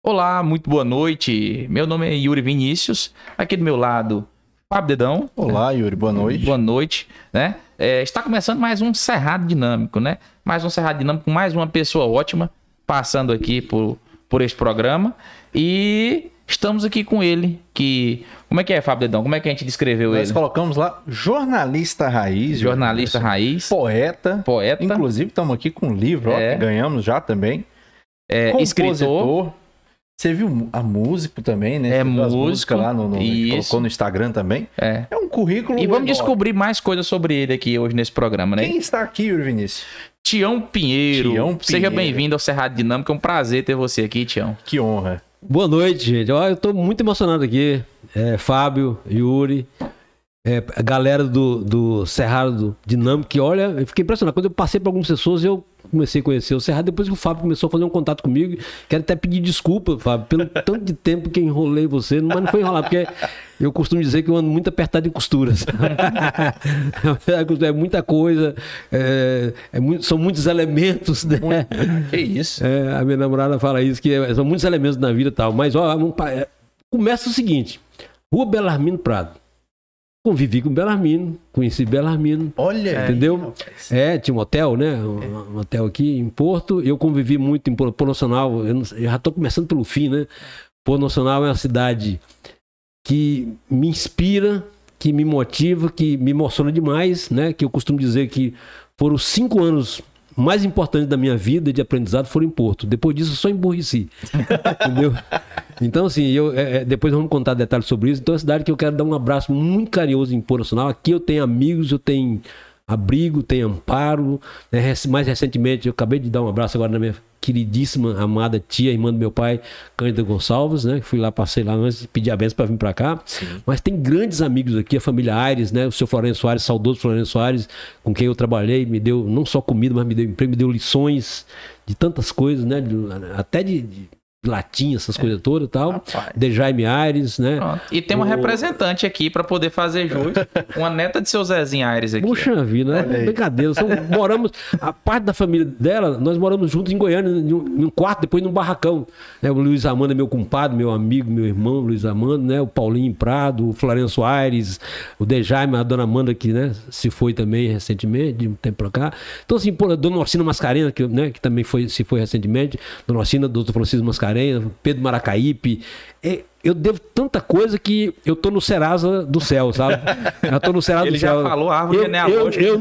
Olá, muito boa noite. Meu nome é Yuri Vinícius. Aqui do meu lado, Fábio Dedão. Olá, Yuri, boa noite. Boa noite, né? Está começando mais um Cerrado Dinâmico, né? Mais um Cerrado Dinâmico com mais uma pessoa ótima passando aqui por esse programa. E estamos aqui com ele, que... Como é que é, Fábio Dedão? Como é que a gente descreveu ele? Nós colocamos lá jornalista raiz. Jornalista raiz. Poeta. Poeta. Inclusive, estamos aqui com um livro, ó, que ganhamos já também. Escritor. Você viu a músico também, né? Músico. Lá colocou no Instagram também. É um currículo. E vamos descobrir mais coisas sobre ele aqui hoje nesse programa, né? Quem está aqui, Yuri Vinícius? Tião Pinheiro. Seja bem-vindo ao Cerrado Dinâmico. É um prazer ter você aqui, Tião. Que honra. Boa noite, gente. Eu tô muito emocionado aqui. Fábio, Yuri, a galera do Cerrado Dinâmico, que olha, eu fiquei impressionado. Quando eu passei por algumas pessoas, eu comecei a conhecer o Cerrado, depois que o Fábio começou a fazer um contato comigo. Quero até pedir desculpa, Fábio, pelo tanto de tempo que enrolei você, mas não foi enrolar, porque eu costumo dizer que eu ando muito apertado em costuras. É muita coisa, são muitos elementos, né? Que isso? A minha namorada fala isso, que são muitos elementos na vida e tal. Mas, ó, começa o seguinte: Rua Belarmino Prado. Convivi com Belarmino, conheci Belarmino. Olha, entendeu? Tinha um hotel, né? Um hotel aqui em Porto. Eu convivi muito em Porto Nacional. Eu já estou começando pelo fim, né? Porto Nacional é uma cidade que me inspira, que me motiva, que me emociona demais, né? Que eu costumo dizer que foram os 5 anos mais importantes da minha vida de aprendizado foram em Porto. Depois disso, eu só emburreci. Entendeu? Então, assim, depois vamos contar detalhes sobre isso. Então, é uma cidade que eu quero dar um abraço muito carinhoso em Porto Nacional. Aqui eu tenho amigos, eu tenho abrigo, tenho amparo. Né? Mais recentemente, eu acabei de dar um abraço agora na minha queridíssima, amada tia, irmã do meu pai, Cândida Gonçalves, né? Fui lá, passei lá antes, pedi a benção para vir para cá. Sim. Mas tem grandes amigos aqui, a família Aires, né? O seu Florencio Soares, saudoso Florencio Soares, com quem eu trabalhei, me deu não só comida, mas me deu emprego, me deu lições de tantas coisas, né? Até de latim, essas coisas todas e tal. De Jaime Aires, né? Pronto. E tem uma representante aqui para poder fazer jus. Uma neta de seu Zezinho Aires aqui. Puxa vida, né? Brincadeira. Moramos, a parte da família dela, nós moramos juntos em Goiânia, em um quarto, depois num barracão. Né? O Luiz Amanda, meu compadre, meu amigo, meu irmão, Luiz Amanda, né? O Paulinho Prado, o Florencio Aires, o De Jaime, a dona Amanda, que, né, se foi também recentemente, de um tempo pra cá. Então, assim, a dona Orsina Mascarenhas, que também se foi recentemente, dona Orsina, doutor Francisco Mascarenhas, Pedro Maracaípe. Eu devo tanta coisa que eu tô no Serasa do céu, sabe? Eu tô no Serasa do céu. Ele já falou árvore genealógica. Eu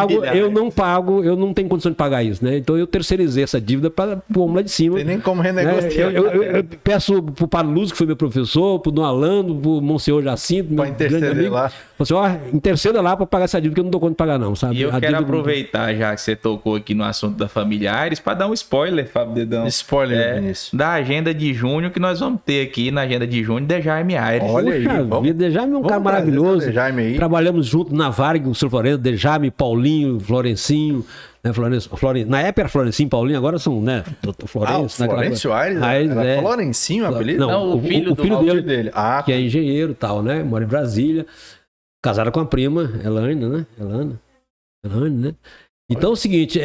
não tenho condição de pagar isso, né? Então eu terceirizei essa dívida para o homem lá de cima. Tem nem como renegociar. Né? Eu peço pro Padre Lúcio, que foi meu professor, pro Dom Alano, pro Monsenhor Jacinto, meu grande amigo. Lá. Assim, interceda lá para pagar essa dívida, que eu não dou conta de pagar não, sabe? E eu quero aproveitar, já que você tocou aqui no assunto da família Aires, para dar um spoiler, Fábio Dedão. Spoiler, Vinícius. Da agenda de junho, que nós vamos ter aqui na agenda de junho, de Jaime Aires. Olha aí, Dejaime é um cara maravilhoso. Trabalhamos junto na Varg, o seu Florencio, Dejaime, Paulinho, Florencinho, né, na época era Florencinho, Paulinho, agora são, né, Florencio. Florencio Aires? Florencinho, o apelido? Não, o filho dele. Que é engenheiro e tal, né, mora em Brasília, casada com a prima, Elane, né? Então é o seguinte,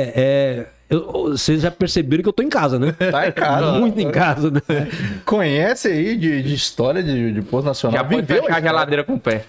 vocês já perceberam que eu tô em casa, né? Tá em casa. Muito em casa, né? Conhece aí de história de Porto Nacional. Já pode fechar a geladeira com o pé.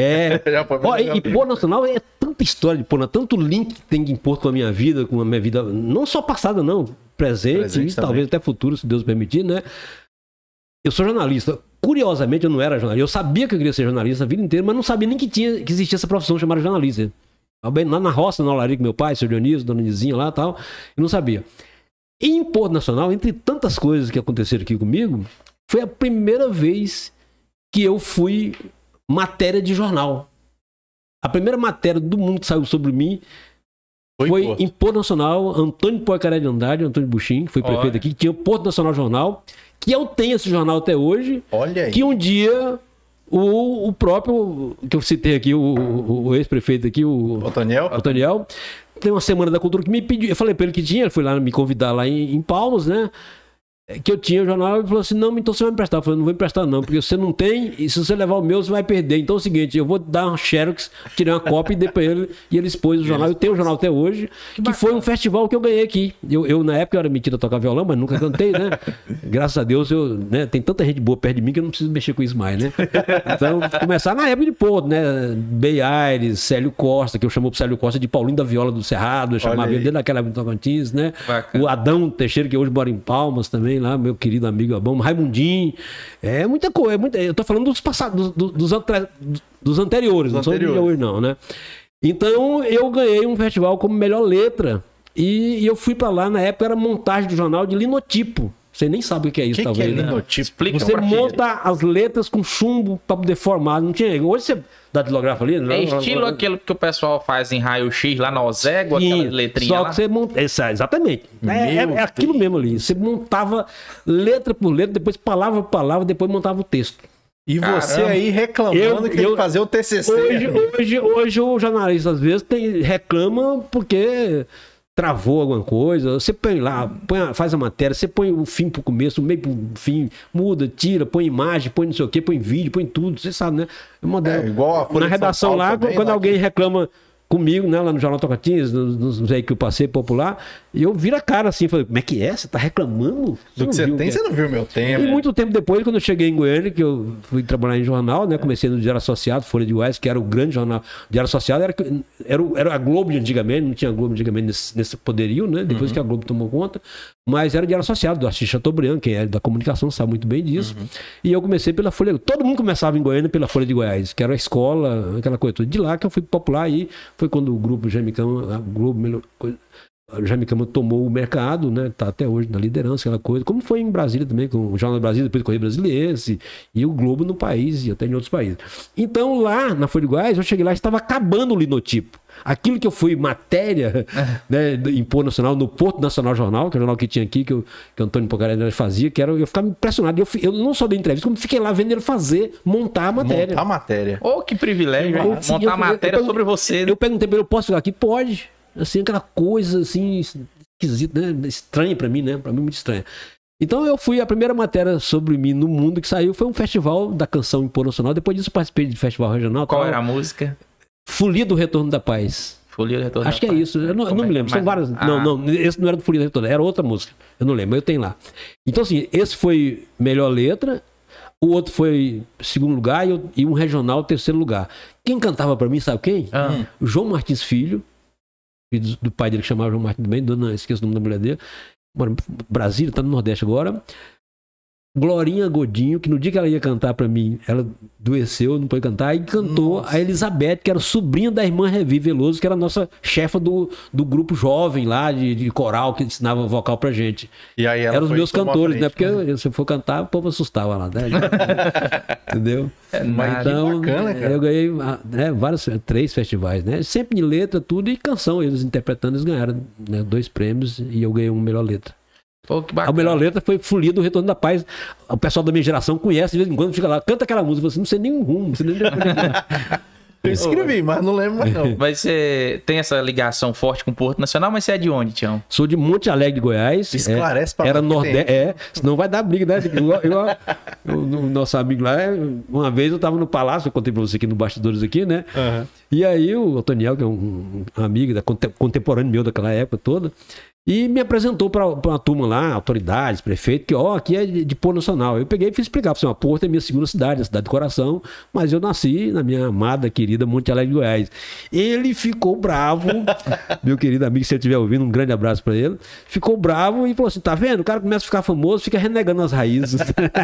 E Porto Nacional é tanta história de Porto, tanto link que tem em Porto com a minha vida, não só passada não, presente e talvez até futuro, se Deus permitir, né? Eu sou jornalista. Curiosamente, eu não era jornalista. Eu sabia que eu queria ser jornalista a vida inteira, mas não sabia nem que existia essa profissão chamada jornalista. Lá na roça, na olaria com meu pai, seu Dionísio, dona Nizinha lá e tal, eu não sabia. E em Porto Nacional, entre tantas coisas que aconteceram aqui comigo, foi a primeira vez que eu fui matéria de jornal. A primeira matéria do mundo que saiu sobre mim foi em Porto Nacional. Antônio Poicaré de Andrade, Antônio Buxim, que foi prefeito aqui, que tinha o Porto Nacional Jornal, que eu tenho esse jornal até hoje. Olha aí. Que um dia o próprio, que eu citei aqui, o ex-prefeito aqui, o Otoniel, tem uma Semana da Cultura que me pediu, eu falei pra ele que tinha, ele foi lá me convidar lá em Palmas, né? que eu tinha o jornal, ele falou assim, não, então você vai me emprestar. Eu falei, não vou emprestar não, porque você não tem, e se você levar o meu, você vai perder. Então é o seguinte, eu vou dar uma xerox, tirei uma cópia e dei pra ele, e ele expôs o jornal. Eu tenho o jornal até hoje, que foi um festival que eu ganhei aqui. Eu na época, eu era metido a tocar violão, mas nunca cantei, né? Graças a Deus, né, tem tanta gente boa perto de mim que eu não preciso mexer com isso mais, né? Então, começar na época de Porto, né? Bey Aires, Célio Costa, que eu chamo pro Célio Costa de Paulinho da Viola do Cerrado, eu chamava ele desde naquela época do Tocantins, né? O Adão Teixeira, que hoje mora em Palmas também, lá, meu querido amigo Abão, Raimundinho, muita coisa, eu tô falando dos passados, dos anteriores, não são de hoje não, né? Então eu ganhei um festival como melhor letra e eu fui pra lá, na época era montagem do jornal de linotipo. Você nem sabe o que é isso, talvez. Que é linotipo? Explica Você pra monta as letras com chumbo pra poder formar. Não tinha. Hoje você dá tilógrafo ali, É estilo aquilo que o pessoal faz em raio-x lá na Ozego, Sim, aquela letrinha só lá. que você monta. Exatamente. É aquilo mesmo ali. Você montava letra por letra, depois palavra por palavra, depois montava o texto. E você Caramba. aí reclamando que tem que fazer o TCC. Hoje o jornalista às vezes reclama porque travou alguma coisa. Você põe lá, faz a matéria, você põe o fim pro começo, o meio pro fim, muda, tira, põe imagem, põe não sei o que, põe vídeo, põe tudo, você sabe, né? Igual a Folha na de redação São Paulo lá, também, quando lá alguém reclama comigo, né, lá no Jornal Tocantins, nos veículos que eu passei popular, e eu viro a cara assim, falei, como é que é? Você tá reclamando? Do que você tem, você não viu meu tempo. E muito tempo depois, quando eu cheguei em Goiânia, que eu fui trabalhar em jornal, né? Comecei no Diário Associado, Folha de Goiás, que era o grande jornal. Diário Associado era a Globo de antigamente, não tinha Globo antigamente nesse poderio, né? Depois que a Globo tomou conta. Mas era o Diário Associado, do Assis Chateaubriand, quem é da comunicação sabe muito bem disso. E eu comecei pela Folha. Todo mundo começava em Goiânia pela Folha de Goiás, que era a escola, aquela coisa toda. De lá que eu fui popular, aí foi quando o grupo Jaime Câmara, a Globo, o Jaime Câmara tomou o mercado, né? Tá até hoje na liderança, aquela coisa. Como foi em Brasília também, com o Jornal do Brasil, depois o Correio Brasiliense, e o Globo no país, e até em outros países. Então lá, na Folha de Goiás, eu cheguei lá e estava acabando o linotipo. Aquilo que eu fui matéria, né, em Porto Nacional, no Porto Nacional Jornal, que é o jornal que tinha aqui, que o Antônio Pocarelli fazia, que era, eu ficava impressionado. Eu não só dei entrevista, como fiquei lá vendo ele montar a matéria. Montar a matéria. Oh, que privilégio, hein? Montar a matéria sobre você. Eu perguntei pra ele, eu posso ficar aqui? Pode. Assim, aquela coisa assim, esquisita, né? Estranha pra mim, né? Pra mim muito estranha. Então eu fui, a primeira matéria sobre mim no mundo que saiu foi um festival da canção em Porto Nacional. Depois disso eu participei de festival regional. Qual era a música? Folia do Retorno da Paz. Folia do Retorno Acho que é isso. Eu não me lembro. São várias. Não, esse não era do Folia do Retorno, era outra música. Eu não lembro, eu tenho lá. Então, assim, esse foi melhor letra, o outro foi segundo lugar e um regional, terceiro lugar. Quem cantava pra mim, sabe quem? João Martins Filho, filho do pai dele que chamava João Martins também, esqueço o nome da mulher dele. Mora em Brasília, tá no Nordeste agora. Glorinha Godinho, que no dia que ela ia cantar pra mim, ela adoeceu, não pôde cantar, e cantou a Elizabeth, que era sobrinha da irmã Revi Veloso, que era a nossa chefa do grupo jovem lá, de coral, que ensinava vocal pra gente. E aí ela eram os meus cantores, né? Porque né? se eu for cantar, o povo assustava lá, né? Entendeu? Mas Então, que bacana, cara. eu ganhei, né, 3 festivais, né? Sempre de letra, tudo, e canção. Eles interpretando, eles ganharam, né, 2 prêmios, e eu ganhei um melhor letra. Pô, que A bacana. melhor letra foi Folia do Retorno da Paz. O pessoal da minha geração conhece, de vez em quando fica lá, canta aquela música, você não sei nenhum rumo, você nem Eu escrevi, mas não lembro mais não. Mas você tem essa ligação forte com o Porto Nacional, mas você é de onde, Tião? Sou de Monte Alegre, Goiás. Esclarece pra Era nós que Nordeste, senão vai dar briga, né? O nosso amigo lá, uma vez eu tava no palácio, eu contei pra você aqui no Bastidores aqui, né? E aí o Otoniel, que é um amigo contemporâneo meu daquela época toda, e me apresentou para uma turma lá, autoridades, prefeito, que aqui é de Porto Nacional. Eu peguei e fiz explicar, assim, Porto é minha segunda cidade, a cidade do coração, mas eu nasci na minha amada, querida Monte Alegre, Goiás. Ele ficou bravo, meu querido amigo, se ele estiver ouvindo, um grande abraço para ele, ficou bravo e falou assim, tá vendo? O cara começa a ficar famoso, fica renegando as raízes.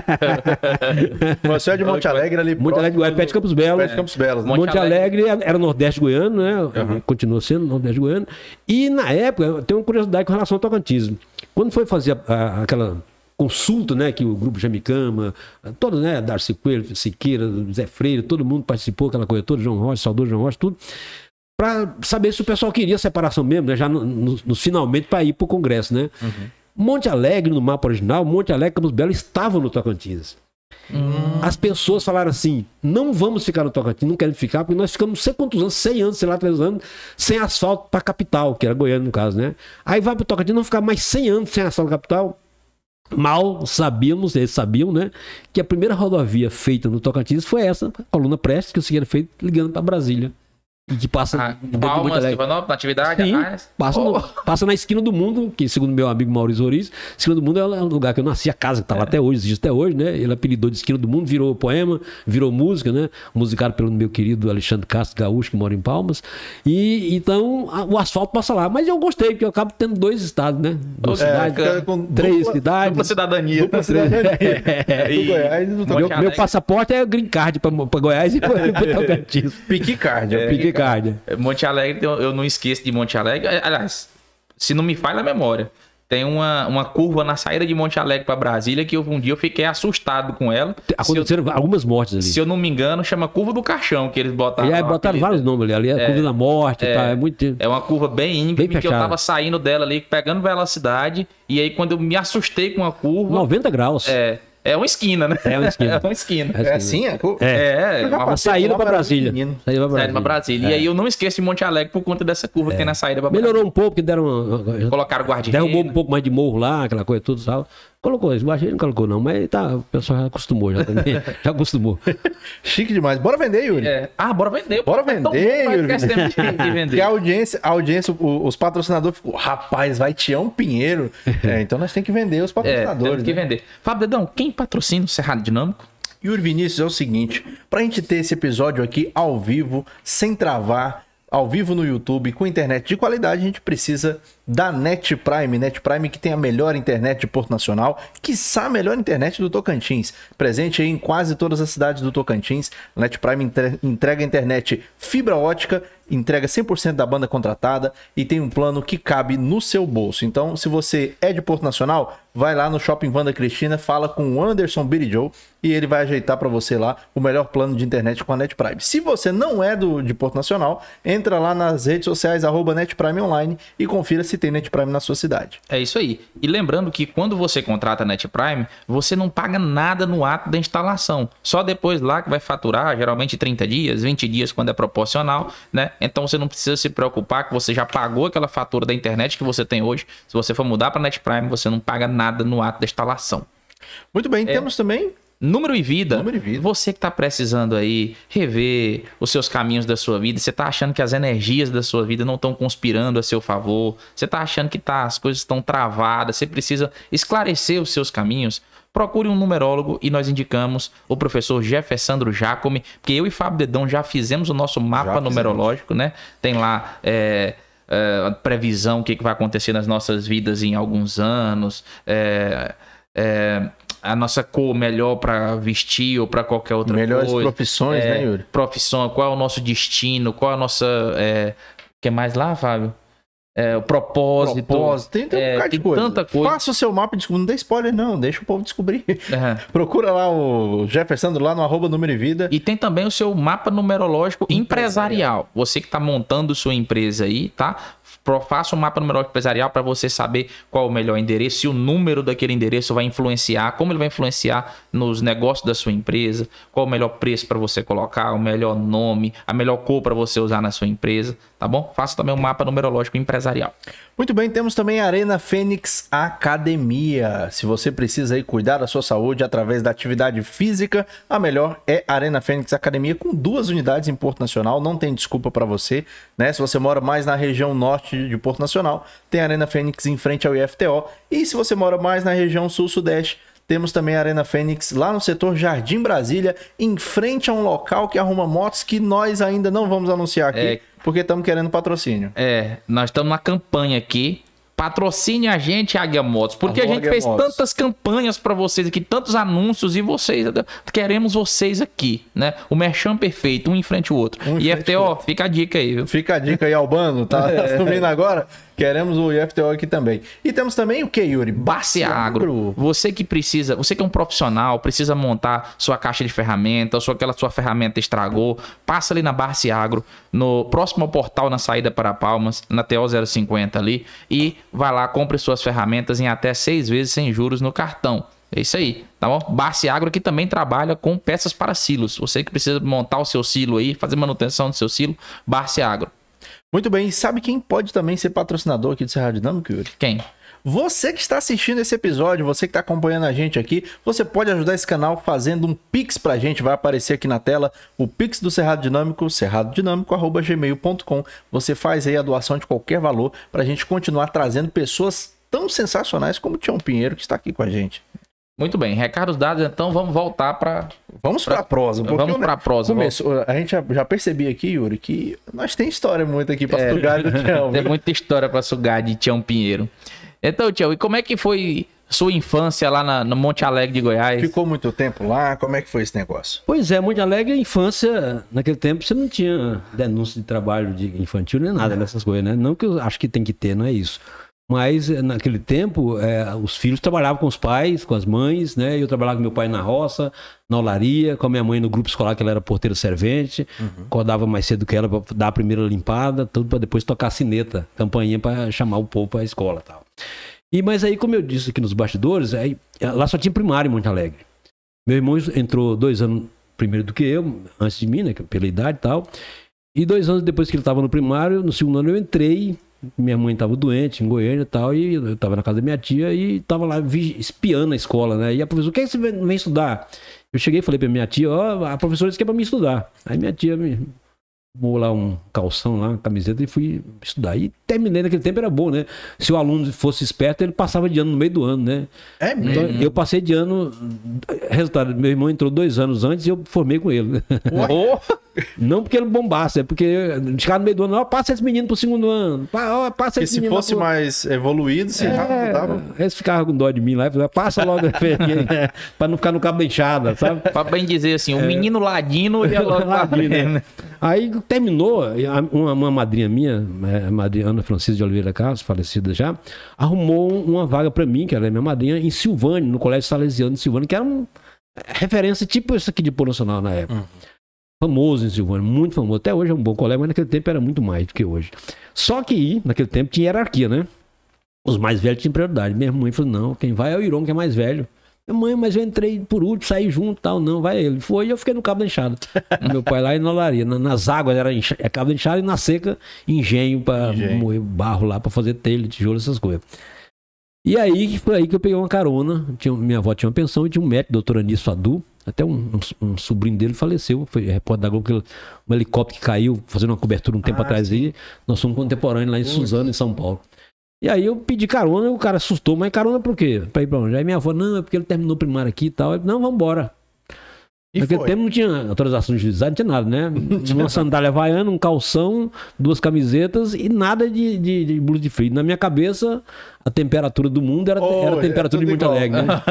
Você é de Monte Alegre ali. Monte Alegre, Goiás, perto de Campos Belos. Perto de Campos Belos. Né? Monte Alegre era Nordeste goiano, né? Continua sendo Nordeste goiano. E na época, tem uma curiosidade com relação ao Tocantins. Quando foi fazer aquela consulta, né, que o grupo Jamicama, todos, né, Darcy Coelho, Siqueira, Zé Freire, todo mundo participou, aquela coisa toda, João Rocha, saudoso João Rocha, tudo, para saber se o pessoal queria separação mesmo, né, já finalmente para ir para o Congresso, né? Monte Alegre, no mapa original, Monte Alegre e Campos Belos estavam no Tocantins. As pessoas falaram assim, não vamos ficar no Tocantins, não querem ficar, porque nós ficamos não sei quantos anos, 100 anos, sei lá, 3 anos, sem asfalto para a capital, que era Goiânia no caso, né? Aí vai para o Tocantins, não ficar mais 100 anos sem asfalto na capital. Mal sabíamos, eles sabiam, né? Que a primeira rodovia feita no Tocantins foi essa, a Coluna Prestes, que o Siqueira fez ligando para Brasília. E que passa Palmas, Silvanópolis, Natividade, sim, passa na esquina do mundo, que segundo meu amigo Maurício Oriz, esquina do mundo é um lugar que eu nasci, a casa que tá lá até hoje, existe até hoje, né? Ele apelidou de esquina do mundo, virou poema, virou música, né? Musicado pelo meu querido Alexandre Castro Gaúcho, que mora em Palmas. E então o asfalto passa lá. Mas eu gostei, porque eu acabo tendo 2 estados, né? 2 cidades, 3 cidades. Dupla cidadania. Dupla cidadania. Do Goiás e do Tocantins. Meu passaporte é green card para Goiás e para Tocantins. Pique card. Pique card. Monte Alegre, eu não esqueço de Monte Alegre. Aliás, se não me falha a memória, tem uma curva na saída de Monte Alegre para Brasília que um dia eu fiquei assustado com ela. Aconteceram algumas mortes ali. Se eu não me engano, chama Curva do Caixão, que eles botaram. E aí botaram vários nomes ali. Ali é a Curva da Morte, tá? É muito. É uma curva bem íngreme que eu tava saindo dela ali, pegando velocidade. E aí, quando eu me assustei com a curva. 90 graus. É uma esquina, né? É uma esquina. É uma esquina. É assim? Uma saída para Brasília. Saída para Brasília. E aí eu não esqueço de Monte Alegre por conta dessa curva que tem na saída para Brasília. Melhorou um pouco, porque deram colocaram guarda-reio. Derrubou um pouco mais de morro lá, aquela coisa tudo, sabe? Colocou, esse baixo ele não colocou não, mas tá, o pessoal já acostumou, já também. Já acostumou. Chique demais. Bora vender, Yuri. Bora vender. Bora vender, Yuri. De vender. Porque a audiência, os patrocinadores ficam, rapaz, vai Tião Pinheiro. Então nós temos que vender os patrocinadores. Temos que vender. Fábio Dedão, quem patrocina o Cerrado Dinâmico? Yuri Vinícius, é o seguinte, pra gente ter esse episódio aqui ao vivo, sem travar, ao vivo no YouTube, com internet de qualidade, a gente precisa da Net Prime. Net Prime que tem a melhor internet de Porto Nacional, quiçá a melhor internet do Tocantins. Presente aí em quase todas as cidades do Tocantins. A Net Prime entrega internet fibra ótica, entrega 100% da banda contratada e tem um plano que cabe no seu bolso. Então, se você é de Porto Nacional, vai lá no Shopping Wanda Cristina, fala com o Anderson Birijoe e ele vai ajeitar para você lá o melhor plano de internet com a Net Prime. Se você não é de Porto Nacional, entra lá nas redes sociais @NetPrime Online e confira se tem Net Prime na sua cidade. É isso aí. E lembrando que quando você contrata a Net Prime, você não paga nada no ato da instalação. Só depois lá que vai faturar, geralmente 30 dias, 20 dias quando é proporcional, né? Então você não precisa se preocupar que você já pagou aquela fatura da internet que você tem hoje. Se você for mudar para Net Prime, você não paga nada no ato da instalação. Muito bem, temos também Número e vida. Você que está precisando aí rever os seus caminhos da sua vida, você está achando que as energias da sua vida não estão conspirando a seu favor, você está achando que as coisas estão travadas, você precisa esclarecer os seus caminhos, procure um numerólogo e nós indicamos o professor Jeffersandro Jacome, porque eu e Fábio Dedão já fizemos o nosso mapa numerológico, né? Tem lá a previsão, o que vai acontecer nas nossas vidas em alguns anos, a nossa cor melhor para vestir ou para qualquer outra coisa. Melhores profissões, né, Yuri? Profissão, qual é o nosso destino, qual é a nossa... O que mais lá, Fábio? O propósito. Tem um bocado de coisa. Tanta coisa. Faça o seu mapa e descubra. Não dê spoiler, não. Deixa o povo descobrir. Procura lá o Jefferson lá no @Número e Vida. E tem também o seu mapa numerológico empresarial. Você que está montando sua empresa aí, tá? Faça um mapa numerológico empresarial para você saber qual o melhor endereço, se o número daquele endereço vai influenciar, como ele vai influenciar nos negócios da sua empresa, qual o melhor preço para você colocar, o melhor nome, a melhor cor para você usar na sua empresa, tá bom? Faça também um mapa numerológico empresarial. Muito bem, temos também a Arena Fênix Academia. Se você precisa aí cuidar da sua saúde através da atividade física, a melhor é a Arena Fênix Academia, com 2 unidades em Porto Nacional. Não tem desculpa para você, né? Se você mora mais na região norte de Porto Nacional, tem a Arena Fênix em frente ao IFTO. E se você mora mais na região sul-sudeste, temos também a Arena Fênix lá no setor Jardim Brasília, em frente a um local que arruma motos que nós ainda não vamos anunciar aqui, porque estamos querendo patrocínio. Nós estamos na campanha aqui. Patrocine a gente, Águia Motos, porque a gente fez tantas campanhas para vocês aqui, tantos anúncios, e vocês, queremos vocês aqui, né? O merchan perfeito, um em frente ao outro. E FTO, fica a dica aí, viu? Fica a dica aí, Albano, tá assumindo agora? Queremos o IFTO aqui também. E temos também o que, Yuri? Barceagro. Você que precisa, você que é um profissional, precisa montar sua caixa de ferramentas, aquela sua ferramenta estragou, passa ali na Barceagro, no próximo ao portal, na saída para Palmas, na TO 050 ali, e vai lá, compre suas ferramentas em até 6 vezes sem juros no cartão. É isso aí, tá bom? Barceagro aqui também trabalha com peças para silos. Você que precisa montar o seu silo aí, fazer manutenção do seu silo, Barceagro. Muito bem, e sabe quem pode também ser patrocinador aqui do Cerrado Dinâmico, Yuri? Quem? Você que está assistindo esse episódio, você que está acompanhando a gente aqui, você pode ajudar esse canal fazendo um Pix pra gente, vai aparecer aqui na tela o Pix do Cerrado Dinâmico, cerradodinâmico@gmail.com. Você faz aí a doação de qualquer valor pra gente continuar trazendo pessoas tão sensacionais como o Tião Pinheiro, que está aqui com a gente. Muito bem, recados dados, então vamos voltar para... Vamos para a prosa. Vamos para a prosa. A gente já percebi aqui, Yuri, que nós tem história muito aqui para sugar do Tião. Tem muita história para sugar de Tião Pinheiro. Então, Tião, e como é que foi sua infância lá no Monte Alegre de Goiás? Ficou muito tempo lá? Como é que foi esse negócio? Pois é, Monte Alegre, infância, naquele tempo você não tinha denúncia de trabalho infantil nem nada dessas coisas, né? Não que eu acho que tem que ter, não é isso. Mas naquele tempo, os filhos trabalhavam com os pais, com as mães, né? Eu trabalhava com meu pai na roça, na olaria, com a minha mãe no grupo escolar, que ela era porteira servente. Acordava mais cedo que ela para dar a primeira limpada, tudo para depois tocar a sineta, campainha para chamar o povo para a escola e tal. Mas aí, como eu disse aqui nos bastidores, lá só tinha primário em Monte Alegre. Meu irmão entrou 2 anos primeiro do que eu, antes de mim, né? Pela idade e tal. E 2 anos depois que ele estava no primário, no segundo ano eu entrei. Minha mãe estava doente em Goiânia e tal, e eu estava na casa da minha tia e estava lá espiando a escola, né? E a professora, o que é que você vem estudar? Eu cheguei e falei para minha tia, a professora disse que é para mim estudar. Aí minha tia me arrumou lá um calção, lá, uma camiseta, e fui estudar. E terminei, naquele tempo era bom, né? Se o aluno fosse esperto, ele passava de ano no meio do ano, né? É mesmo? Então, eu passei de ano, resultado, meu irmão entrou 2 anos antes e eu formei com ele. Não porque ele bombasse, é porque chegava no meio do ano, passa esse menino pro segundo ano, passa esse menino. Se fosse mais evoluído, você já dava. Eles ficavam com dó de mim lá e falavam, passa logo pra não ficar no cabo da enxada, sabe? Pra bem dizer assim, o menino ladino ia logo ladino. Aí terminou, uma madrinha minha, a madrinha Ana Francisca de Oliveira Carlos, falecida já, arrumou uma vaga pra mim, que ela é minha madrinha, em Silvânia, no Colégio Salesiano de Silvânia, que era uma referência tipo isso aqui de Polo Nacional na época. Famoso em Silvânia, muito famoso. Até hoje é um bom colégio, mas naquele tempo era muito mais do que hoje. Só que naquele tempo tinha hierarquia, né? Os mais velhos tinham prioridade. Minha mãe falou, não, quem vai é o Iron, que é mais velho. Minha mãe, mas eu entrei por último, saí junto e tal. Não, vai ele. Foi e eu fiquei no cabo da enxada. Meu pai lá e na olaria. Nas águas era cabo da enxada e na seca, engenho para moer barro lá, para fazer telha, tijolo, essas coisas. E aí, foi aí que eu peguei uma carona. Minha avó tinha uma pensão e tinha um médico, doutor Anísio Fadu. Até um sobrinho dele faleceu, foi repórter da Globo, um helicóptero que caiu, fazendo uma cobertura um tempo atrás aí. Nós somos contemporâneos lá em Suzano, em São Paulo. E aí eu pedi carona, o cara assustou, mas carona por quê? Pra ir pra onde? Aí minha avó, não, é porque ele terminou o primário aqui e tal. Ele, não, vamos embora. Naquele tempo não tinha autorização de juizado, não tinha nada, né? Uma sandália havaiana, um calção, 2 camisetas e nada de blusa de frio. Na minha cabeça, a temperatura do mundo era a temperatura de Monte Alegre, né?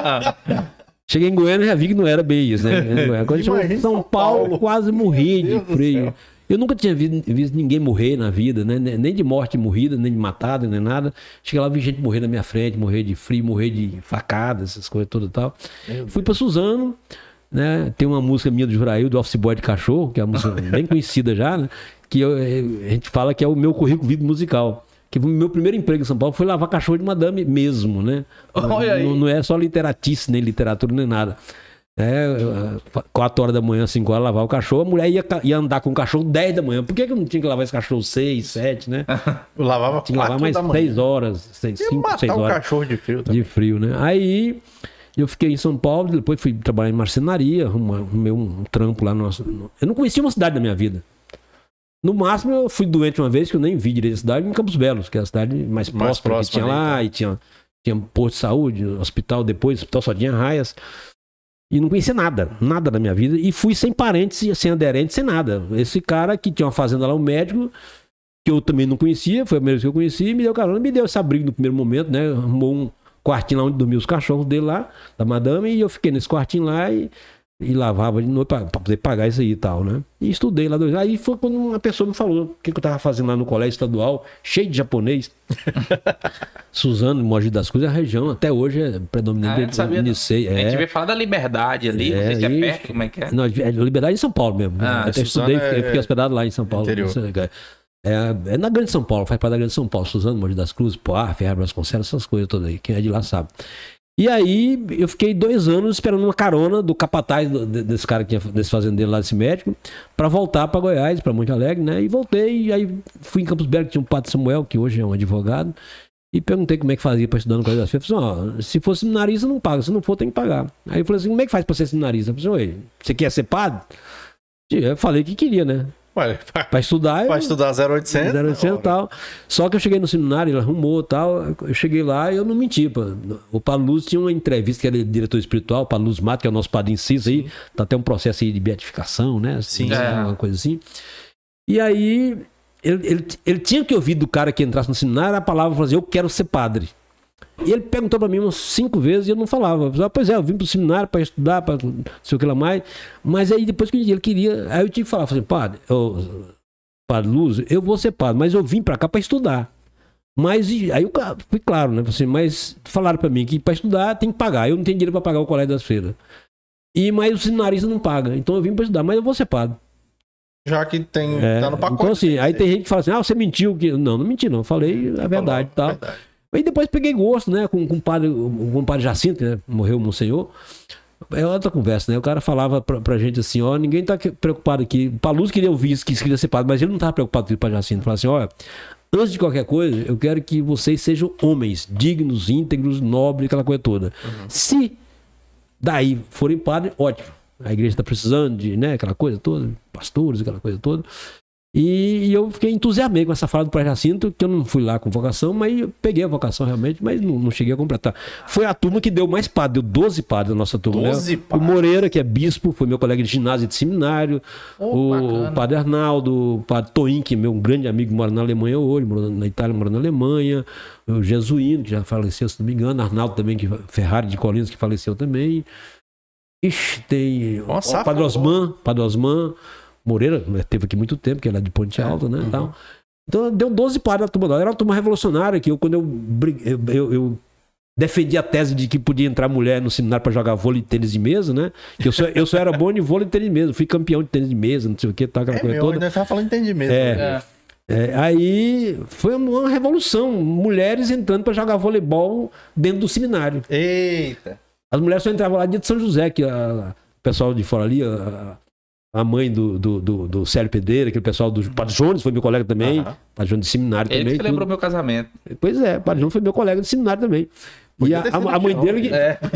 Cheguei em Goiânia e já vi que não era bem isso, né? Quando chegou em São Paulo, quase morri de frio. Eu nunca tinha visto ninguém morrer na vida, né? Nem de morte morrida, nem de matada, nem nada. Cheguei lá, vi gente morrer na minha frente, morrer de frio, morrer de facada, essas coisas todas e tal. Fui pra Suzano, né? Tem uma música minha do Jurail, do Office Boy de Cachorro, que é uma música bem conhecida já, né? Que a gente fala que é o meu currículo vida musical. Que o meu primeiro emprego em São Paulo foi lavar cachorro de madame mesmo, né? Não é só literatice, nem literatura, nem nada. 4 horas da manhã, 5 horas, lavar o cachorro, a mulher ia andar com o cachorro 10 da manhã. Por que eu não tinha que lavar esse cachorro 6, 7, né? Eu lavava tinha que lavar mais 6 horas, 5, 6 horas. Um cachorro de frio também. De frio, né? Aí eu fiquei em São Paulo, depois fui trabalhar em marcenaria, arrumei um trampo lá. Eu não conhecia uma cidade da minha vida. No máximo, eu fui doente uma vez, que eu nem vi direito a cidade, em Campos Belos, que é a cidade mais próxima que tinha lá, e tinha posto de saúde, hospital depois, hospital só tinha raias. E não conhecia nada da minha vida. E fui sem parentes, sem aderentes, sem nada. Esse cara que tinha uma fazenda lá, um médico, que eu também não conhecia, foi a primeira vez que eu conheci, me deu carona, me deu esse abrigo no primeiro momento, né? Arrumou um quartinho lá onde dormiam os cachorros dele lá, da madame, e eu fiquei nesse quartinho lá e lavava de noite pra poder pagar isso aí e tal, né? E estudei lá 2 anos. Aí foi quando uma pessoa me falou o que eu tava fazendo lá no colégio estadual, cheio de japonês. Suzano, Mogi das Cruzes, a região até hoje é predominante. A gente veio falar da Liberdade ali, não sei se é perto, como é que é? Não, Liberdade em São Paulo mesmo. Até estudei, fiquei hospedado lá em São Paulo. É na Grande São Paulo, faz parte da Grande São Paulo. Suzano, Mogi das Cruzes, Poá, Ferreira Vasconcelos, essas coisas todas aí. Quem é de lá sabe. E aí eu fiquei 2 anos esperando uma carona do capataz desse cara, desse fazendeiro lá, desse médico, para voltar para Goiás, para Monte Alegre, né? E voltei, e aí fui em Campos Belos, tinha um Padre Samuel, que hoje é um advogado, E perguntei como é que fazia para estudar no Colégio das Freiras. Eu falei assim, ó, se for seminarista, não paga. Se não for, tem que pagar. Aí eu falei assim, como é que faz para ser seminarista? Eu falei assim, você quer ser padre? Eu falei que queria, né? Para estudar. Para estudar 0800. 0800 e tal. Só que eu cheguei no seminário, ele arrumou e tal. Eu cheguei lá e eu não menti. Pô. O Padre Luz tinha uma entrevista, que era diretor espiritual, o Padre Luz Mato, que é o nosso padre Inciso aí. Tá até um processo aí de beatificação, né? Sim. Uma coisa assim. E aí, ele tinha que ouvir do cara que entrasse no seminário a palavra, falar assim, eu quero ser padre. E ele perguntou pra mim umas 5 vezes e eu não falava. Eu falava, pois é, eu vim pro seminário pra estudar, pra não sei o que lá mais. Mas aí depois que ele queria, aí eu tive que falar, falei, padre Luz, eu vou ser padre, mas eu vim pra cá pra estudar. Mas aí eu fui claro, né? Assim, mas falaram pra mim que pra estudar tem que pagar. Eu não tenho dinheiro pra pagar o Colégio das Freiras. Mas o seminarista não paga. Então eu vim pra estudar, mas eu vou ser padre. Já que tem, tá no pacote. Então assim, aí tem gente que fala assim, você mentiu. Não menti não, eu falei a verdade e tal. Verdade. Aí depois peguei gosto, né, com o padre Jacinto, né, morreu o Monsenhor. É outra conversa, né? O cara falava pra gente assim, ó, ninguém tá preocupado aqui. O Padre Luz queria ouvir isso, que queria ser padre, mas ele não tava preocupado com o padre Jacinto. Falava assim, ó, antes de qualquer coisa, eu quero que vocês sejam homens, dignos, íntegros, nobres, aquela coisa toda. Se daí forem padre, ótimo. A igreja está precisando de, né, aquela coisa toda, pastores, aquela coisa toda. E eu fiquei entusiasmado com essa fala do Padre Jacinto, que eu não fui lá com vocação, mas eu peguei a vocação realmente, mas não cheguei a completar. Foi a turma que deu mais padre, deu 12 padres na nossa turma. 12 né? padres. O Moreira, que é bispo, foi meu colega de ginásio e de seminário. O Padre Arnaldo, o Padre Toim, que é meu grande amigo, mora na Alemanha hoje, mora na Itália, mora na Alemanha. O Jesuíno, que já faleceu, se não me engano. Arnaldo também, que Ferrari de Colinas, que faleceu também. Ixi, tem o Padre Osman. Moreira, teve aqui muito tempo, que era de Ponte Alta, né? Tal. Então deu 12 padres na turma. Era uma turma revolucionária que quando eu defendi a tese de que podia entrar mulher no seminário para jogar vôlei e tênis de mesa, né? Que eu só era bom de vôlei e tênis de mesa. Fui campeão de tênis de mesa, não sei o que, tal, aquela coisa toda. Ainda estava falando de tênis de mesa. Aí foi uma revolução. Mulheres entrando para jogar voleibol dentro do seminário. Eita! As mulheres só entravam lá de São José, que o pessoal de fora ali, a mãe do Célio Pedreira, aquele pessoal do Padre Jones, foi meu colega também. Padre Jones de seminário ele também. Ele que lembrou meu casamento. Pois é, Padre Jones foi meu colega de seminário também. E a mãe dele,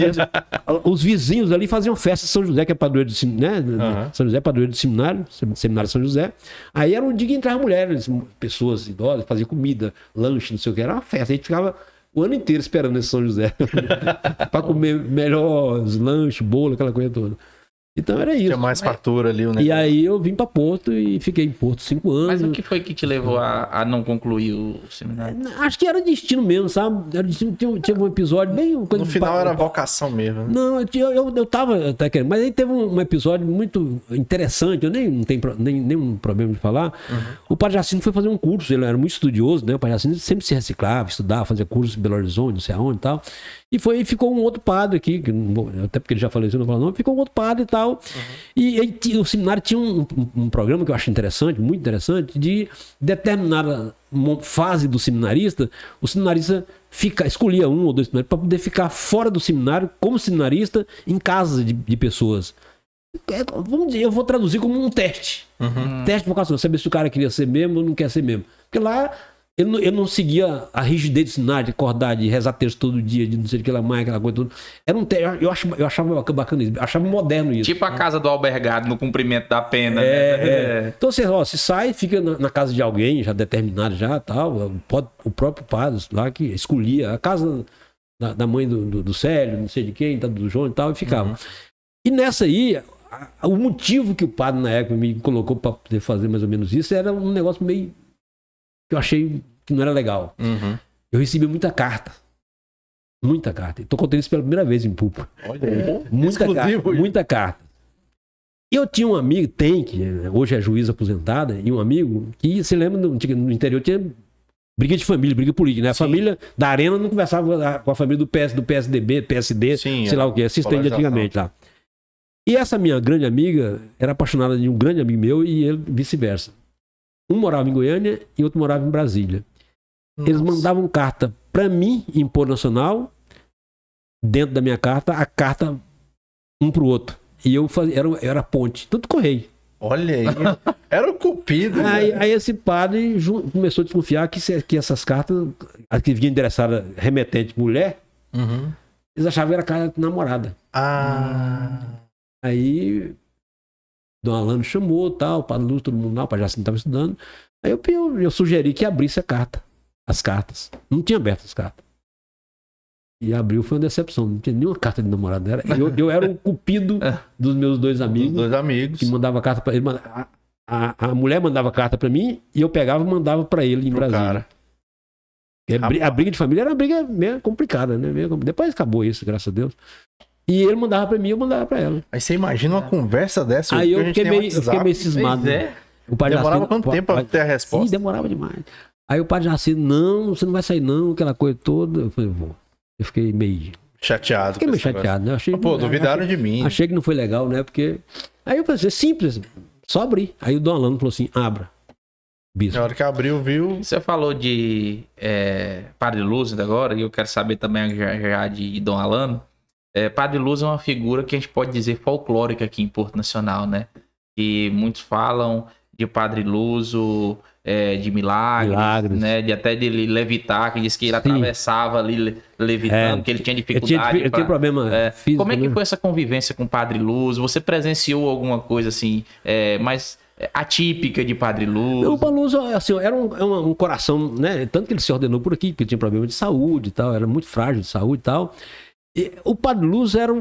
os vizinhos ali faziam festa em São José, que é padroeiro de né? São José é padroeiro de seminário São José. Aí era um dia que entravam mulheres, pessoas idosas, faziam comida, lanche, não sei o que, era uma festa. A gente ficava o ano inteiro esperando esse São José para comer melhores lanche, bolo, aquela coisa toda. Então era isso. Tinha mais fartura ali, né? E aí eu vim para Porto e fiquei em Porto 5 anos. Mas o que foi que te levou a não concluir o seminário? Acho que era destino mesmo, sabe? Era destino, tinha um episódio bem... No final era vocação mesmo. Né? Não, eu tava até querendo, mas aí teve um episódio muito interessante, eu não tenho nenhum problema de falar. O Padre Jacinto foi fazer um curso, ele era muito estudioso, né? O Padre Jacinto sempre se reciclava, estudava, fazia curso em Belo Horizonte, não sei aonde e tal. E ficou um outro padre aqui, até porque ele já faleceu, não falo não, ficou um outro padre e tal. E o seminário tinha um programa que eu acho interessante, muito interessante, de determinada fase do seminarista, o seminarista escolhia 1 ou 2 seminários para poder ficar fora do seminário, como seminarista, em casa de pessoas. Vamos dizer, eu vou traduzir como um teste. Teste de vocação, saber se o cara queria ser mesmo ou não quer ser mesmo. Porque lá ele não seguia a rigidez do seminário, de acordar, de rezar texto todo dia, de não sei o que lá mais, aquela coisa toda. Era um teste, eu achava bacana isso, eu achava moderno isso. Tipo a casa do albergado no cumprimento da pena, né? Então você sai, fica na casa de alguém, já determinado já, tal, o próprio padre lá que escolhia a casa da mãe do Célio, não sei de quem, do João e tal, e ficava. E nessa aí, o motivo que o padre na época me colocou para poder fazer mais ou menos isso era um negócio meio que eu achei que não era legal. Eu recebi muita carta. Muita carta. Estou contando isso pela primeira vez em público. Olha, muita carta. Eu tinha um amigo, que hoje é juiz aposentada, e um amigo que, você lembra, no interior tinha briga de família, briga política, né? A família da Arena não conversava com a família do PSDB, PSD, sei lá o que, assistente antigamente lá. E essa minha grande amiga era apaixonada de um grande amigo meu e ele vice-versa. Um morava em Goiânia e outro morava em Brasília. Eles mandavam carta para mim, impor nacional, dentro da minha carta, a carta um pro outro. E eu era ponte, tudo correio. Olha aí. Era o cupido. Aí esse padre começou a desconfiar que essas cartas, as que vinham endereçadas remetente mulher, Uhum. eles achavam que era carta de namorada. Aí Dom Alano chamou, tal, o padre Lúcio, todo mundo lá, o padre Jacinto estava estudando. Aí eu sugeri que abrisse as cartas. Não tinha aberto as cartas. E abriu, foi uma decepção. Não tinha nenhuma carta de namorada. Eu era o cupido dos meus dois amigos. Dois amigos. Que mandava carta para ele. A mulher mandava carta para mim e eu pegava e mandava para ele em Brasília. Cara. A briga de família era uma briga meio complicada, né? Depois acabou isso, graças a Deus. E ele mandava para mim e eu mandava para ela. Aí você imagina uma conversa dessa. Aí eu fiquei meio cismado. O padre demorava Jacinto, quanto tempo para ter a resposta? Sim, demorava demais. Aí o padre Jacinto, não, você não vai sair não, aquela coisa toda. Eu falei, vou. Eu fiquei meio chateado. Fiquei meio chateado, né? Duvidaram de mim. Achei que não foi legal, né? Porque... Aí eu falei, simples, só abrir. Aí o Dom Alano falou assim, abra. Bispo. Na hora que abriu, viu... Você falou de Padre Lúcio agora, e eu quero saber também já de Dom Alano. Padre Lúcio é uma figura que a gente pode dizer folclórica aqui em Porto Nacional, né? E muitos falam de Padre Lúcio... de milagres, né? Até de levitar, que diz que ele atravessava ali levitando, que ele tinha dificuldade. Ele tinha problema físico. Como é que foi essa convivência com o Padre Lúcio? Você presenciou alguma coisa assim, mais atípica de Padre Lúcio? O Padre Lúcio, assim, era um coração, né? Tanto que ele se ordenou por aqui, porque ele tinha problema de saúde e tal, era muito frágil de saúde e tal. E o Padre Lúcio era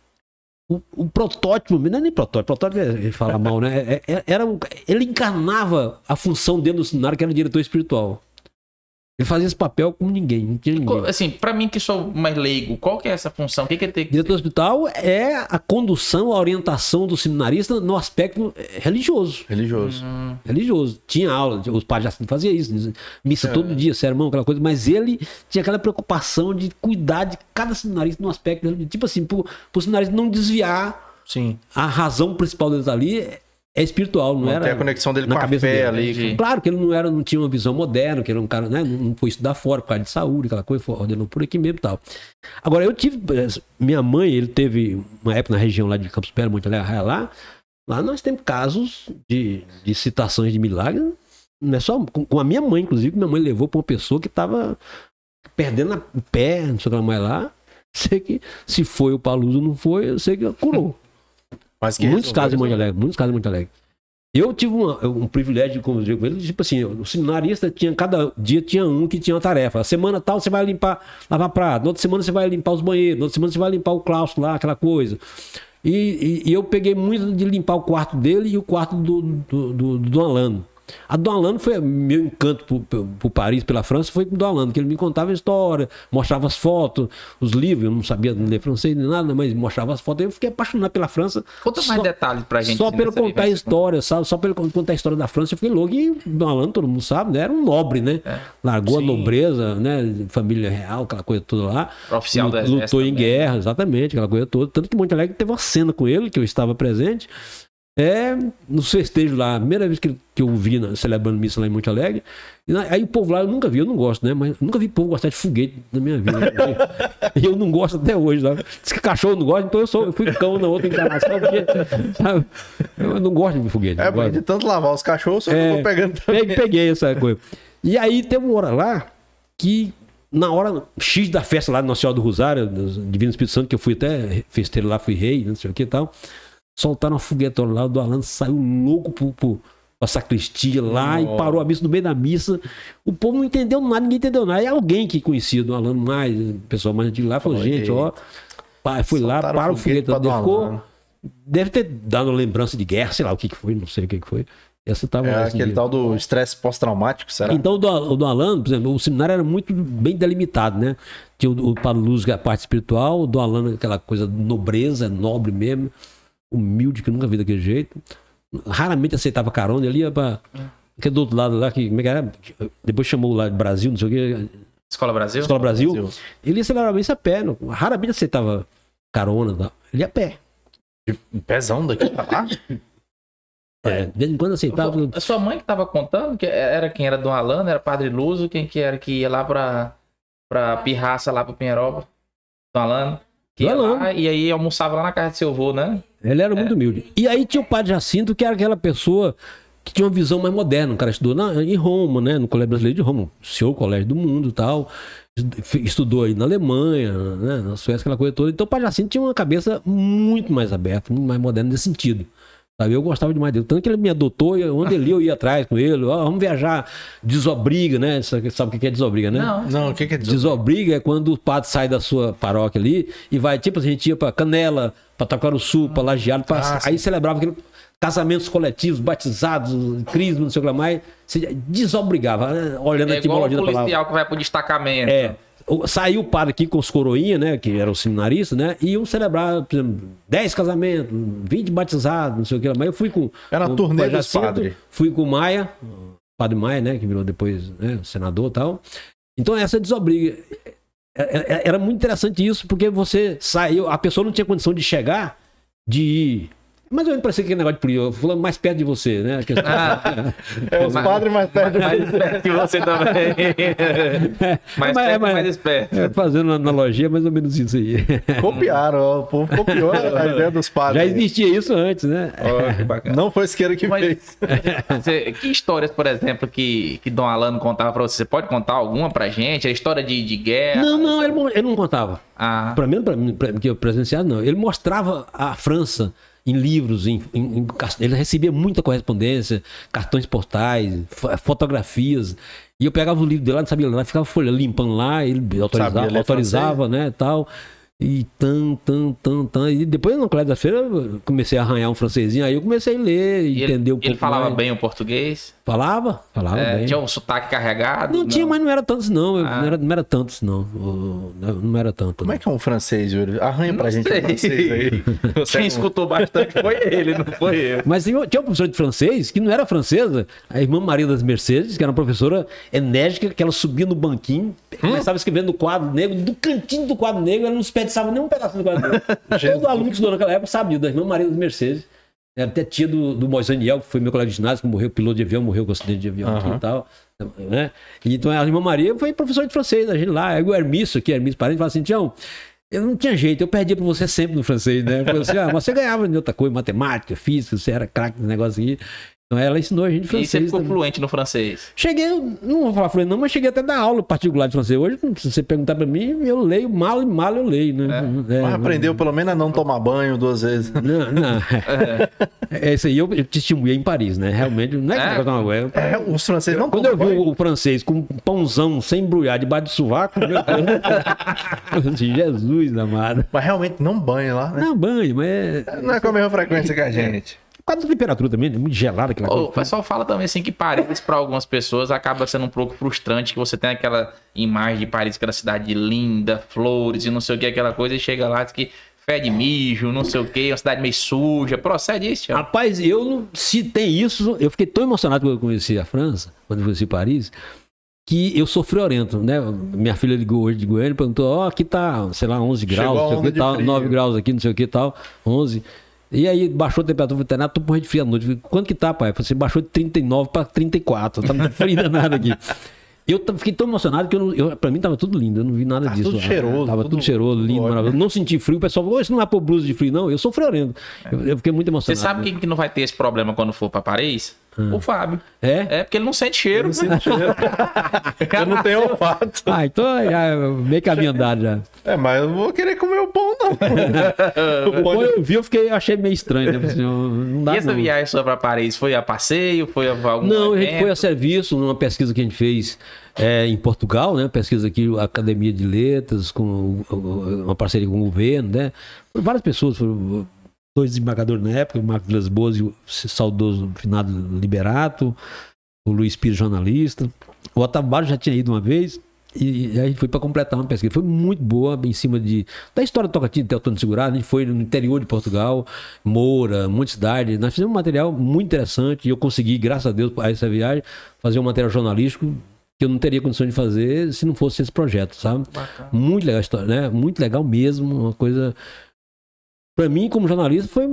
o protótipo, não é nem protótipo é falar mal, né? Ele encarnava a função dentro do seminário, que era diretor espiritual. Ele fazia esse papel como ninguém, não tinha ninguém. Assim, pra mim que sou mais leigo, qual que é essa função? O que ele tem que diretor espiritual é a condução, a orientação do seminarista no aspecto religioso. Religioso. Tinha aula, os padres já faziam isso, missa todo dia, sermão, aquela coisa, mas ele tinha aquela preocupação de cuidar de cada seminarista no aspecto religioso. Tipo assim, pro seminarista não desviar. Sim. A razão principal deles ali é espiritual, não era... Tem a conexão dele com a fé ali. Claro que ele não tinha uma visão moderna, que ele era um cara, né, não foi estudar fora por causa de saúde, aquela coisa, ordenou por aqui mesmo e tal. Agora, minha mãe, ele teve uma época na região lá de Campos Pelos, Monte Alegre, lá nós temos casos de citações de milagres, não é só com a minha mãe, inclusive, minha mãe levou para uma pessoa que estava perdendo o pé, não sei o que mais lá, sei que se foi o Paluso ou não foi, eu sei que curou. Muitos casos em Monte Alegre. Eu tive um privilégio de conviver com ele, tipo assim, o seminarista cada dia tinha um que tinha uma tarefa. A semana tal você vai lavar prato, na outra semana você vai limpar os banheiros, na outra semana você vai limpar o claustro lá, aquela coisa. E eu peguei muito de limpar o quarto dele e o quarto do Dom Alano. A Dom Alano foi meu encanto por Paris, pela França, foi com o Dom Alano, que ele me contava a história, mostrava as fotos, os livros, eu não sabia ler francês nem nada, mas mostrava as fotos, eu fiquei apaixonado pela França. Conta mais detalhes pra gente. Só pelo contar a história, sabe? Só pelo contar a história da França, eu fiquei louco. E o Dom Alano, todo mundo sabe, né? Era um nobre, né? Largou a nobreza, né? Família real, aquela coisa toda lá. Oficial do exército. Lutou em guerra, exatamente, aquela coisa toda. Tanto que Monte Alegre teve uma cena com ele, que eu estava presente. Nos festejos lá, a primeira vez que eu vi celebrando missa lá em Monte Alegre, aí o povo lá eu nunca vi, eu não gosto, né? Mas nunca vi povo gostar de foguete na minha vida. E eu não gosto até hoje, sabe? Diz que cachorro não gosta, então eu fui cão na outra encarnação, porque, sabe? Eu não gosto de foguete. De tanto lavar os cachorros, eu tô pegando também. Peguei essa coisa. E aí teve uma hora lá que, na hora X da festa lá do Nossa Senhora do Rosário, do Divino Espírito Santo, que eu fui até festeiro lá, fui rei, não sei o que e tal. Soltaram uma foguetona lá, o Dom Alano saiu louco pra sacristia lá e parou a missa no meio da missa. O povo não entendeu nada, ninguém entendeu nada. E alguém que conhecia o Dom Alano mais, o pessoal mais antigo lá, falou, gente, fui lá, para o foguete, deve ter dado lembrança de guerra, sei lá o que foi, não sei o que foi. Essa tava aquele tal do estresse pós-traumático, será? Então o Dom Alano, por exemplo, o seminário era muito bem delimitado, né? Tinha o Padre Lúcio, que é a parte espiritual, o Dom Alano, aquela coisa de nobreza, nobre mesmo, humilde, que eu nunca vi daquele jeito. Raramente aceitava carona, ele ia pra... Que é do outro lado lá, como é que era? Depois chamou lá de Brasil, não sei o que. Escola Brasil? Escola Brasil. Ele ia aceleramente a pé, raramente aceitava carona, ele ia a pé. Pezão daqui pra lá? De vez em quando aceitava. A sua mãe que tava contando, que era quem era Dom Alano, era Padre Lúcio, quem que era que ia lá pra Pirraça, lá pra Pinheirópolis? Dom Alano? Que ia Alain. lá, e aí almoçava lá na casa do seu avô, né? Ele era muito humilde. E aí tinha o padre Jacinto, que era aquela pessoa que tinha uma visão mais moderna. O cara estudou em Roma, né? No Colégio Brasileiro de Roma, o senhor colégio do mundo e tal. Estudou aí na Alemanha, né? Na Suécia, aquela coisa toda. Então o padre Jacinto tinha uma cabeça muito mais aberta, muito mais moderna nesse sentido. Sabe? Eu gostava demais dele. Tanto que ele me adotou, onde ele ia, eu ia atrás com ele. Ó, vamos viajar. Desobriga, né? Sabe o que é desobriga, né? Não, o que é Desobriga é quando o padre sai da sua paróquia ali e vai, tipo, a gente ia pra Canela, pra Taquaruçu, pra Lajeado, aí celebrava aquele casamentos coletivos, batizados, crisma, não sei o que lá mais. Você desobrigava, né? Olhando a etimologia da palavra. Policial que vai pro destacamento. Saiu o padre aqui com os coroinhas, né? Que eram os seminaristas, né? E iam celebrar, por exemplo, 10 casamentos, 20 batizados, não sei o que lá. Mas eu fui com. Era a turnê dos padres. Fui com o Maia, o padre Maia, né? Que virou depois, né, senador e tal. Então essa desobriga. Era muito interessante isso, porque você saiu, a pessoa não tinha condição de chegar, de ir. Mas eu parecia aquele negócio de polícia, falando mais perto de você, né? Os padres mais perto de Mais esperto que você também. Mais esperto. Fazendo uma analogia, mais ou menos isso aí. Copiaram, ó, o povo copiou a ideia dos padres. Já existia isso antes, né? Oh, que bacana. Não foi Siqueira que fez. Que histórias, por exemplo, que Dom Alano contava pra você? Você pode contar alguma pra gente? A história de guerra? Não, ele não contava. Pra mim, que eu presenciado, não. Ele mostrava a França em livros, ele recebia muita correspondência, cartões postais, fotografias. E eu pegava o livro dele lá, não sabia lá, ficava folha limpando lá, ele autorizava, né, tal. E E depois, no colégio da feira, eu comecei a arranhar um francesinho, aí eu comecei a ler e entender um pouco. Ele falava mais. Bem o português? Falava bem. Tinha um sotaque carregado? Não tinha, mas não era tantos, não. Não era tantos, não. Não era tanto. Como é que é um francês, Yuri? Arranha pra gente um francês aí. Quem escutou bastante foi ele, não foi eu. Mas tinha uma professora de francês que não era francesa, a irmã Maria das Mercedes, que era uma professora enérgica, que ela subia no banquinho, começava escrevendo no quadro negro, do cantinho do quadro negro, ela não desperdiçava nem um pedaço do quadro negro. Todo aluno que estudou naquela época sabia, da irmã Maria das Mercedes. Era até tia do Moisés Daniel, que foi meu colega de ginásio, que morreu, piloto de avião, morreu com acidente de avião aqui e tal. Né? E então a irmã Maria foi professora de francês, a gente lá. Aí o Hermício Parente, falava assim: Tião, eu não tinha jeito, eu perdia pra você sempre no francês, né? Falei assim, mas você ganhava em outra coisa, matemática, física, você era craque nesse negócio aqui. Então ela ensinou a gente francês. E você ficou também. fluente no francês? Cheguei, não vou falar fluente não, mas cheguei até a dar aula particular de francês. Hoje, se você perguntar pra mim, eu leio, mal eu leio, né? Mas aprendeu pelo menos a não tomar banho 2 vezes. Não. É isso aí, eu testemunhei em Paris, né? Realmente, não é que eu tomar banho. Os franceses não Quando eu vi o francês com um pãozão sem embrulhar debaixo do sovaco, meu Deus. Jesus amado. Mas realmente não banha lá, né? Não, banho, mas Não é com a mesma frequência que a gente. Por causa da temperatura também, é muito gelada aquela coisa. O pessoal fala também assim que Paris, para algumas pessoas, acaba sendo um pouco frustrante, que você tem aquela imagem de Paris, aquela cidade linda, flores e não sei o que, aquela coisa, e chega lá e diz que fede mijo, não sei o que, uma cidade meio suja. Procede isso, Tião? Rapaz, se tem isso, eu fiquei tão emocionado quando eu conheci a França, quando eu conheci Paris, que eu sou friorento, né? Minha filha ligou hoje de Goiânia e perguntou, aqui tá, sei lá, 11 graus, não sei o que, tal, 9 graus aqui, não sei o que, tal, 11. E aí baixou a temperatura veterinária, tô morrendo de frio à noite. Falei, quanto que tá, pai? Eu falei, você baixou de 39 para 34, tá frio danado aqui. Eu fiquei tão emocionado que pra mim tava tudo lindo, eu não vi nada disso. Tudo cheiroso. Tava tudo cheiroso, lindo, maravilhoso. Não senti frio, o pessoal falou, isso não é por blusa de frio, não. Eu sou friorento. Eu fiquei muito emocionado. Você sabe quem que não vai ter esse problema quando for pra Paris? O Fábio. É? Porque ele não sente cheiro. Eu não tenho olfato. Então já meio caminho andado já. Mas eu não vou querer comer o pão, não. Quando eu vi, eu achei meio estranho, né? Assim, não dá, E essa viagem sua pra Paris, foi a passeio? Foi a algum Não, evento? a gente foi a serviço numa pesquisa que a gente fez em Portugal, né? Pesquisa aqui, a Academia de Letras, com uma parceria com o governo, né? Várias pessoas foram... 2 desembargadores na época, o Marcos Vilas Boas e o saudoso finado Liberato, o Luiz Pires, jornalista. O Otávio Barros já tinha ido uma vez e aí a gente foi para completar uma pesquisa. Foi muito boa, em cima da história do Tocantins, até o Antônio Segurado. A gente foi no interior de Portugal, Moura, muita cidade. Nós fizemos um material muito interessante e eu consegui, graças a Deus, a essa viagem, fazer um material jornalístico que eu não teria condição de fazer se não fosse esse projeto, sabe? Bacana. Muito legal a história, né? Muito legal mesmo, uma coisa... Pra mim, como jornalista, foi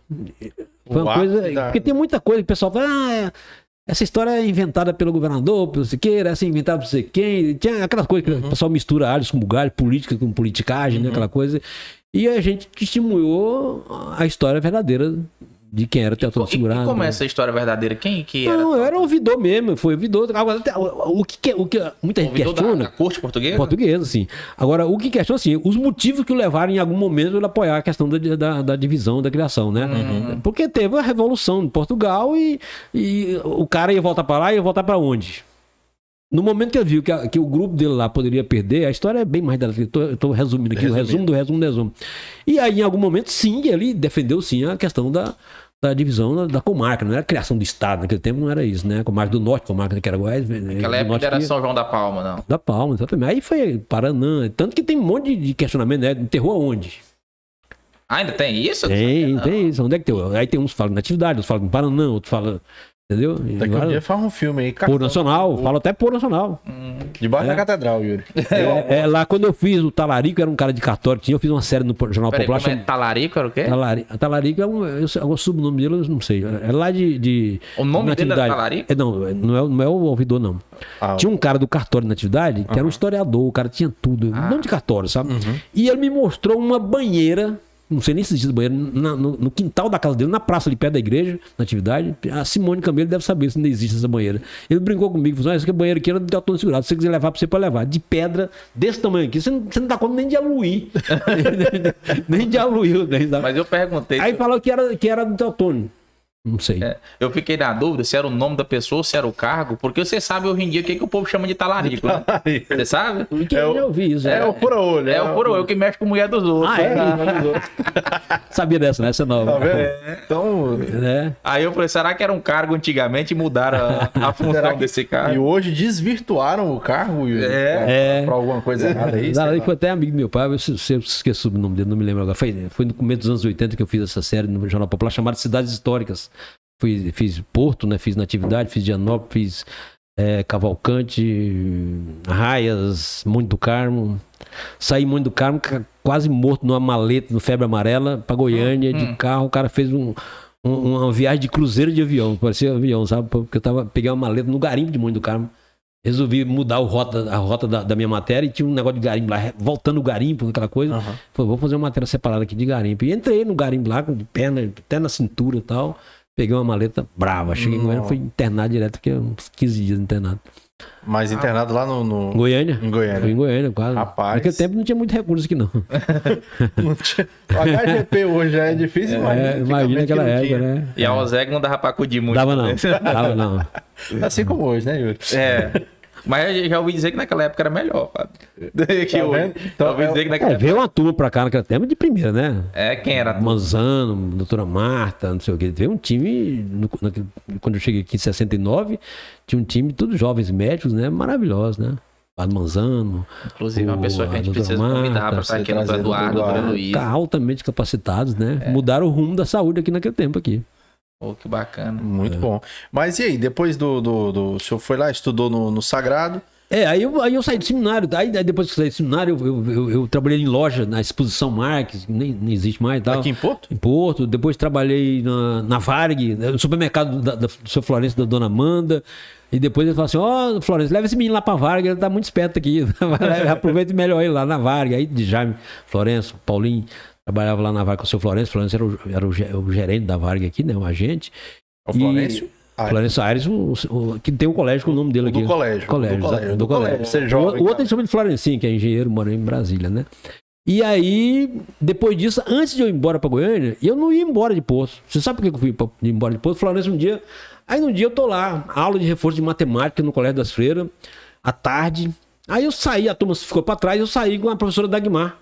uma coisa... Porque tem muita coisa que o pessoal fala, essa história é inventada pelo governador, pelo Siqueira, essa é inventada por sei quem. Tinha aquelas coisas que o pessoal mistura alhos com bugalho, política com politicagem, né? Aquela coisa. E a gente testemunhou a história verdadeira de quem era Teotônio Segurado. E como é essa história verdadeira? Quem que era? Não, eu era ouvidor mesmo, foi ouvidor. Agora, o que muita gente Ouvidor questiona... da corte portuguesa? Portuguesa, sim. Agora, o que questiona, assim, os motivos que o levaram em algum momento ele apoiar a questão da divisão, da criação, né? Porque teve a Revolução em Portugal e o cara ia voltar para lá e ia voltar para onde? No momento que ele viu que o grupo dele lá poderia perder, a história é bem mais dela. Eu tô resumindo aqui, o resumo do resumo do resumo. E aí, em algum momento, sim, ele defendeu, sim, a questão da divisão da comarca. Não era a criação do Estado, naquele tempo não era isso, né? Comarca do Norte, comarca que era Goiás. Aquela época era São João da Palma, não? Da Palma, exatamente. Aí foi Paraná. Tanto que tem um monte de questionamento, né? Enterrou aonde? Ainda tem isso? Tem isso. Onde é que tem? Aí tem uns que falam Natividade, outros falam Paraná, outros falam... Entendeu? Daqui um dia faz um filme aí. Pôr Nacional, fala até Pôr Nacional. Debaixo da catedral, Yuri. Lá quando eu fiz o Talarico, era um cara de cartório que tinha, eu fiz uma série no Jornal Popular. Como é Talarico era o quê? Talarico é o subnome dele, eu não sei. É lá de O nome dele era Talarico? Não é o ouvidor, não. Tinha um cara do cartório de Natividade, que era um historiador, o cara tinha tudo. Não de cartório, sabe? E ele me mostrou uma banheira. Não sei nem se existe banheiro, no quintal da casa dele, na praça ali perto da igreja, na atividade. A Simone Camelo deve saber se ainda existe essa banheira. Ele brincou comigo, falou: essa banheira aqui era do Teotônio Segurado. Se você quiser levar pra você, pode levar. De pedra, desse tamanho aqui, você não dá conta nem de aluir. Nem de aluir. Mas eu perguntei. Aí falou que era do Teotônio. Não sei. Eu fiquei na dúvida se era o nome da pessoa ou se era o cargo, porque você sabe hoje em dia o que o povo chama de talarico, né? Você sabe? Eu ouvi isso. É o fura-olho. É o fura-olho que mexe com a mulher dos outros. Sabia dessa, né? Essa é nova. Tá vendo? Então... Aí eu falei, será que era um cargo antigamente e mudaram a função desse cargo? E hoje desvirtuaram o cargo, Yuri? Pra alguma coisa errada aí? Talarico foi até amigo do meu pai, eu esqueci o nome dele, não me lembro agora. Foi no começo dos anos 80 que eu fiz essa série no Jornal Popular chamada Cidades Históricas. Fiz Porto, né? Fiz Natividade, fiz Dianópolis, fiz Cavalcante, Arraias, Monte do Carmo. Saí Monte do Carmo quase morto numa maleta, no Febre Amarela, pra Goiânia, de carro. O cara fez uma viagem de cruzeiro de avião, parecia avião, sabe? Porque eu peguei uma maleta no garimpo de Monte do Carmo. Resolvi mudar a rota da minha matéria e tinha um negócio de garimpo lá, voltando o garimpo, aquela coisa. Falei, vou fazer uma matéria separada aqui de garimpo. E entrei no garimpo lá, com perna até na cintura e tal. Peguei uma maleta brava. Cheguei em Goiânia, fui internado direto, porque uns 15 dias internado. Mas internado lá no... Goiânia? Em Goiânia. Fui em Goiânia, quase. Rapaz. Naquele tempo não tinha muito recurso aqui, não. O HGP hoje já é difícil, imagina aquela época, né? E a OSEG não dava pra acudir muito. Dava não. Assim como hoje, né, Yuri? Mas eu já ouvi dizer que naquela época era melhor, Fábio. Veio uma turma pra cá naquele tempo de primeira, né? Quem era? Manzano, doutora Marta, não sei o que. Veio um time, quando eu cheguei aqui em 69, tinha um time, todos jovens médicos, né? Maravilhosos, né? Padre Manzano. Inclusive, uma pessoa que a gente precisa convidar para estar aqui no Eduardo, doutor Luiz. Altamente capacitados, né? Mudaram o rumo da saúde aqui naquele tempo aqui. Que bacana. Muito bom. Mas e aí, depois o senhor foi lá, estudou no Sagrado? Aí eu saí do seminário. Aí depois que eu saí do seminário, eu trabalhei em loja, na Exposição Marques, que nem existe mais. Tal. Aqui em Porto? Em Porto. Depois trabalhei na Varg, no supermercado do seu Florencio, da Dona Amanda. E depois ele falou assim, Florencio, leva esse menino lá pra Varg, ele tá muito esperto aqui. Aproveita melhor ele lá na Varg. Aí de Jaime, Florencio, Paulinho, trabalhava lá na Varg com o seu Florencio. Florencio era o gerente da Varg aqui, né? O agente. O Florencio? Florencio Aires, que tem um colégio com o nome dele aqui. Do colégio. Do colégio. Você é jovem, o outro ele chama de Florencinho, que é engenheiro, mora em Brasília, né? E aí, depois disso, antes de eu ir embora pra Goiânia, eu não ia embora de Poço. Você sabe por que eu fui embora de Poço? Florencio um dia... Aí num dia eu tô lá, aula de reforço de matemática no Colégio das Freiras, à tarde. Aí eu saí, a turma ficou pra trás, eu saí com a professora Dagmar.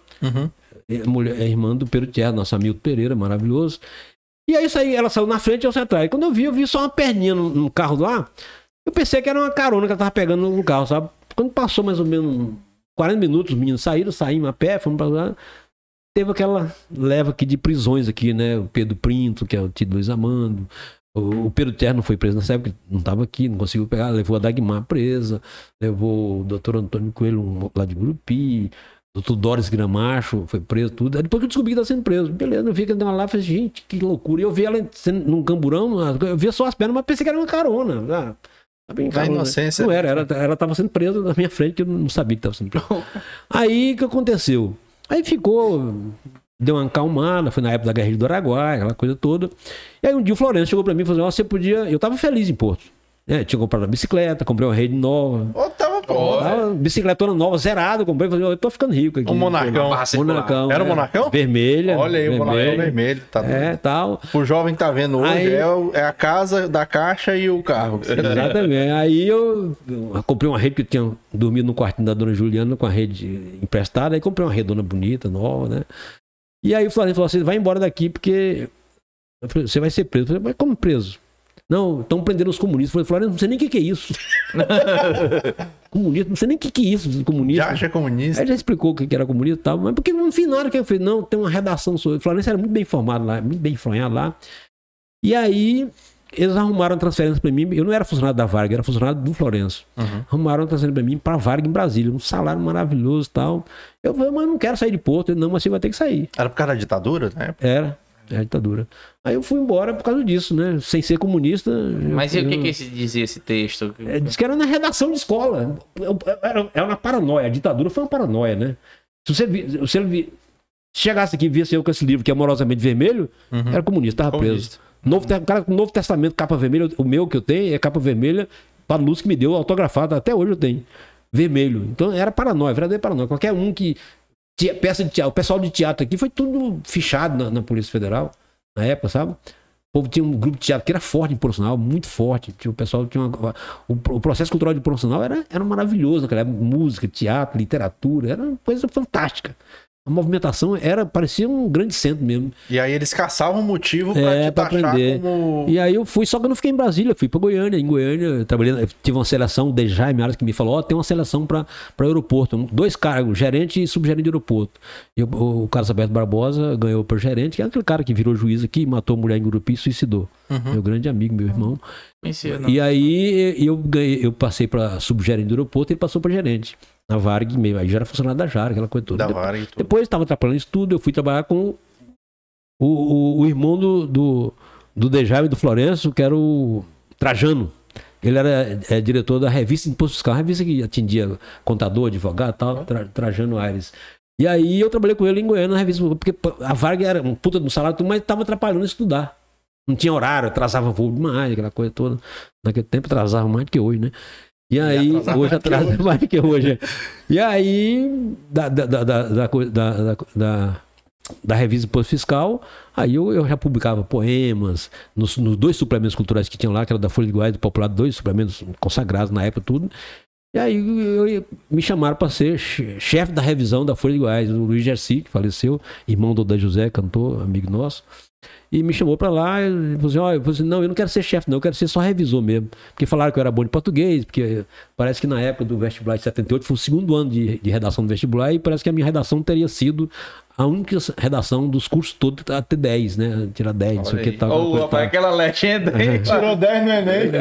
Irmã do Pedro Thierry, nosso Hamilton Pereira, maravilhoso. E aí ela saiu na frente e eu saí atrás. Quando eu vi só uma perninha no carro lá. Eu pensei que era uma carona que ela tava pegando no carro, sabe? Quando passou mais ou menos 40 minutos, os meninos saímos a pé, fomos pra lá. Teve aquela leva aqui de prisões aqui, né? O Pedro Printo, que é o tio do Luiz Amando. O Pedro Terra não foi preso nessa época, não estava aqui, não conseguiu pegar. Levou a Dagmar presa, levou o doutor Antônio Coelho lá de Gurupi. Doutor Doris Gramacho foi preso, tudo. Aí depois que eu descobri que estava sendo preso. Beleza, eu vi que ele deu uma lá e falei, gente, que loucura. E eu vi ela num camburão, eu via só as pernas, mas pensei que era uma carona. Na inocência. Não ela estava sendo presa na minha frente, que eu não sabia que estava sendo presa. Aí o que aconteceu? Aí ficou deu uma acalmada, foi na época da Guerra do Araguaia, aquela coisa toda. E aí um dia o Florencio chegou pra mim e falou assim, você podia... Eu tava feliz em Porto. Tinha comprado uma bicicleta, comprei uma rede nova. Tava pronto. Bicicletona nova, zerada, comprei, falei, eu tô ficando rico aqui. Um Monarcão. Monarcão. Era o Monarcão? Vermelha. Olha aí, o Monarcão vermelho. Tá tal. O jovem que tá vendo hoje aí, é a casa da caixa e o carro. Exatamente. Aí eu comprei uma rede que eu tinha dormido no quartinho da dona Juliana com a rede emprestada, aí comprei uma redona bonita, nova, né? E aí o Flávio falou assim, vai embora daqui porque você vai ser preso. Eu falei, mas como preso? Não, estão prendendo os comunistas. Eu falei, Flávio, não sei nem o que é isso. Comunista, não sei nem o que é isso, comunista. Já acha comunista? Aí já explicou o que era comunista e tal, mas porque no final que eu falei, não, tem uma redação sobre. O Flávio era muito bem informado lá, muito bem enfronhado lá. E aí, eles arrumaram a transferência para mim. Eu não era funcionário da Varg, eu era funcionário do Florencio. Arrumaram a transferência para mim para Varg em Brasília, um salário maravilhoso e tal. Eu falei, mas eu não quero sair de Porto. Ele, não, mas você vai ter que sair. Era por causa da ditadura, né? Era a ditadura. Aí eu fui embora por causa disso, né? Sem ser comunista. Mas e o que dizia esse texto? Diz que era na redação de escola. Era uma paranoia. A ditadura foi uma paranoia, né? Se você chegasse aqui e visse eu com esse livro que é Amorosamente Vermelho, era comunista, estava preso. O cara com o Novo Testamento, capa vermelha, o meu que eu tenho é capa vermelha, para Lúcio que me deu, autografado, até hoje eu tenho. Vermelho. Então era paranoia, verdadeira paranoia. Qualquer um que... Peça de teatro, o pessoal de teatro aqui foi tudo fichado na Polícia Federal, na época, sabe? O povo tinha um grupo de teatro que era forte em profissional, muito forte. O pessoal tinha o processo cultural de profissional era maravilhoso naquela época. Música, teatro, literatura, era uma coisa fantástica. A movimentação parecia um grande centro mesmo. E aí eles caçavam motivo pra te taxar aprender. como... E aí eu fui, só que eu não fiquei em Brasília, fui pra Goiânia. Em Goiânia, eu trabalhei, tive uma seleção, o Jaime Aras que me falou, tem uma seleção pra aeroporto. 2 cargos, gerente e subgerente de aeroporto. E o Carlos Alberto Barbosa ganhou por gerente, que é aquele cara que virou juiz aqui, matou a mulher em Gurupi e suicidou. Meu grande amigo, meu irmão. E aí eu passei pra subgerente do aeroporto e ele passou pra gerente. Na Varg mesmo, aí já era funcionário da JAR, aquela coisa toda. Depois estava atrapalhando isso tudo, eu fui trabalhar com o irmão do Dejave e do Florencio, que era o Trajano. Ele era diretor da revista Imposto Fiscal, uma revista que atendia contador, advogado e tal, Trajano Aires. E aí eu trabalhei com ele em Goiânia na revista, porque a Varg era um puta do salário, mas estava atrapalhando estudar. Não tinha horário, atrasava voo demais, aquela coisa toda. Naquele tempo atrasava mais do que hoje, né? E aí, hoje atrasa mais do que hoje. E aí, da revista Imposto Fiscal, aí eu já publicava poemas, nos 2 suplementos culturais que tinham lá, que era da Folha de Goiás, do Popular, 2 suplementos consagrados na época, tudo. E aí me chamaram para ser chefe da revisão da Folha de Goiás, o Luiz Gersi, que faleceu, irmão do Odair José, cantor, amigo nosso. E me chamou pra lá e falou assim, não, eu não quero ser chefe não, eu quero ser só revisor mesmo. Porque falaram que eu era bom de português, porque parece que na época do vestibular de 78 foi o 2º ano de redação do vestibular e parece que a minha redação teria sido a única redação dos cursos todos até 10, né? Tirar 10, não sei o que tal. Aquela legenda aí. Tirou 10 no Enem.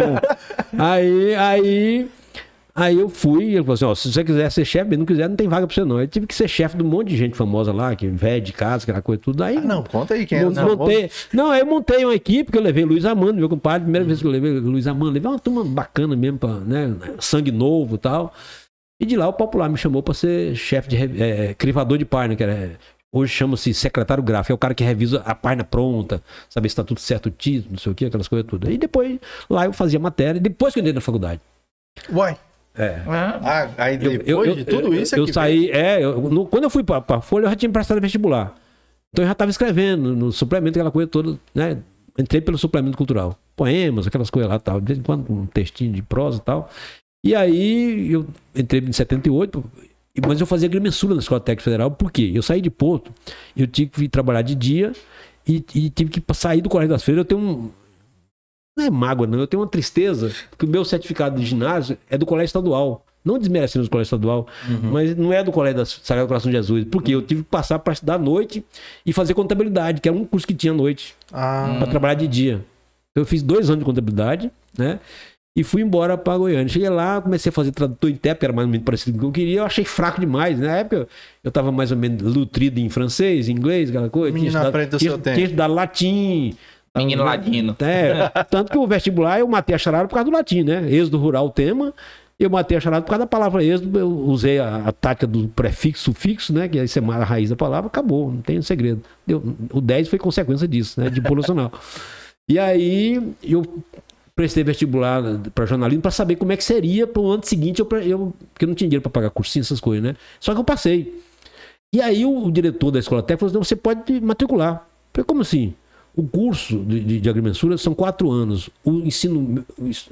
Aí eu fui e ele falou assim, ó, se você quiser ser chefe, não quiser, não tem vaga pra você não. Eu tive que ser chefe de um monte de gente famosa lá, que velho de casa, aquela coisa tudo. Aí, não, conta aí quem é. Aí eu montei uma equipe que eu levei Luiz Amando, meu compadre, primeira vez que eu levei Luiz Amando, levei uma turma bacana mesmo, né, sangue novo e tal. E de lá o Popular me chamou pra ser chefe de crivador de página, que era... Hoje chama-se secretário gráfico, é o cara que revisa a página pronta, saber se tá tudo certo o título, não sei o que, aquelas coisas tudo. E depois, lá eu fazia matéria, depois que eu entrei na faculdade. Uai. Aí depois de tudo isso... Eu saí... quando eu fui pra Folha, eu já tinha prestado vestibular. Então eu já estava escrevendo no suplemento, aquela coisa toda, né? Entrei pelo suplemento cultural. Poemas, aquelas coisas lá, tal. De vez em quando um textinho de prosa e tal. E aí eu entrei em 78... Mas eu fazia agrimensura na Escola Técnica Federal, por quê? Eu saí de Porto, eu tive que vir trabalhar de dia e tive que sair do Colégio das Freiras. Eu tenho não é mágoa, não, eu tenho uma tristeza, porque o meu certificado de ginásio é do Colégio Estadual. Não desmerecendo o Colégio Estadual, mas não é do Colégio da Sagrado Coração de Jesus, porque eu tive que passar para estudar à noite e fazer contabilidade, que era um curso que tinha à noite, para trabalhar de dia. Eu fiz 2 anos de contabilidade, né? E fui embora para Goiânia. Cheguei lá, comecei a fazer tradutor em TEP, era mais ou menos parecido com o que eu queria. Eu achei fraco demais. Na época, eu estava mais ou menos nutrido em francês, em inglês, aquela coisa. Tinha estudado latim. Menino latino. Tanto que o vestibular eu matei a charada por causa do latim, né? Êxodo rural, tema. Eu matei a charada por causa da palavra êxodo, eu usei a tática do prefixo, sufixo, né? Que aí você mata a raiz da palavra, acabou, não tem segredo. O 10 foi consequência disso, né? De polucional. E aí eu prestei vestibular para jornalismo para saber como é que seria para o ano seguinte, porque eu não tinha dinheiro para pagar cursinho, essas coisas, né? Só que eu passei. E aí o diretor da escola técnica falou assim, não, você pode matricular. Eu falei, como assim? O curso de agrimensura são 4 anos. O ensino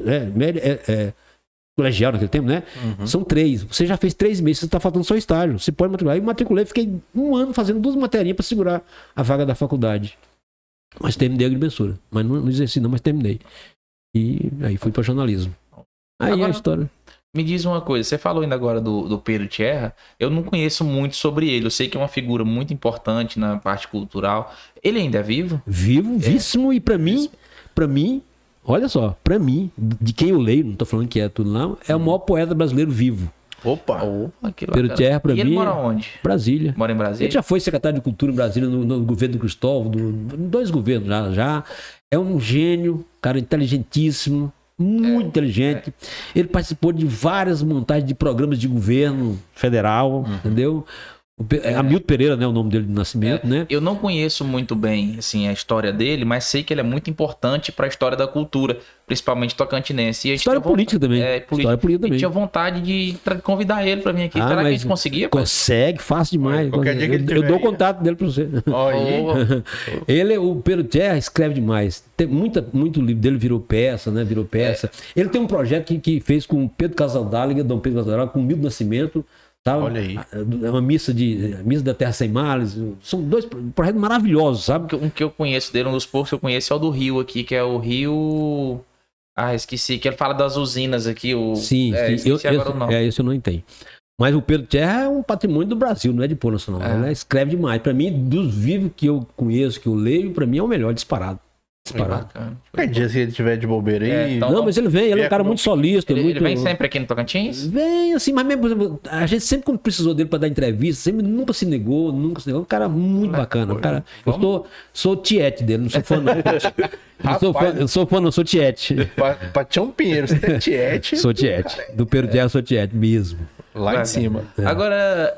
colegial naquele tempo, né? São 3. Você já fez 3 meses, você está faltando só estágio. Você pode matricular. Aí eu matriculei, fiquei 1 ano fazendo 2 matérias para segurar a vaga da faculdade. Mas terminei a agrimensura. Mas não exerci não, mas terminei. E aí fui para jornalismo. Aí agora, a história. Me diz uma coisa, você falou ainda agora do Pedro Tierra, eu não conheço muito sobre ele, eu sei que é uma figura muito importante na parte cultural. Ele ainda é vivo? Vivo, víssimo, e para mim, olha só, para mim, de quem eu leio, não tô falando que é tudo não, é o maior poeta brasileiro vivo. Opa, que Pedro Tierra, para mim. E ele mora onde? Brasília. Mora em Brasília? Ele já foi secretário de Cultura em Brasília no governo do Cristóvão, em 2 governos já. É um gênio, cara inteligentíssimo, muito inteligente. Ele participou de várias montagens de programas de governo federal, entendeu? Hamilton Pereira, né, o nome dele de nascimento, né? Eu não conheço muito bem, assim, a história dele, mas sei que ele é muito importante para a história da cultura, principalmente tocantinense. E a história política também. História política também. E tinha vontade de convidar ele para vir aqui. Será que a gente conseguia? Consegue, fácil demais. Eu dou o contato dele para você. O Pedro Tierra escreve demais. Tem muito livro dele virou peça, né? Ele tem um projeto que fez com Pedro Casaldáliga, Dom Pedro Casaldáliga, com Milton Nascimento. Sabe? Olha aí. É uma missa da Terra Sem Males. São 2 projetos maravilhosos, sabe? Um que eu conheço dele, um dos poucos que eu conheço é o do Rio aqui, que é o Rio... esqueci, que ele fala das usinas aqui. Sim. Esse eu não entendo. Mas o Pedro Tierra é um patrimônio do Brasil, não é de pôr nacional. Ele escreve demais. Para mim, dos vivos que eu conheço, que eu leio, para mim é o melhor, disparado. Qualquer dia se ele tiver de bobeira aí. Não, mas ele vem, ele é um cara muito solista. Ele vem sempre aqui no Tocantins? Vem, assim, mas mesmo, por exemplo, a gente sempre quando precisou dele para dar entrevista, nunca se negou. Um cara muito bacana. Eu sou tiete dele, não sou fã não. Eu sou fã, não sou tiete. Patião Pinheiro, você é tiete? Sou tiete. Do Pedro Tierra eu sou tiete mesmo. Lá em cima. Agora,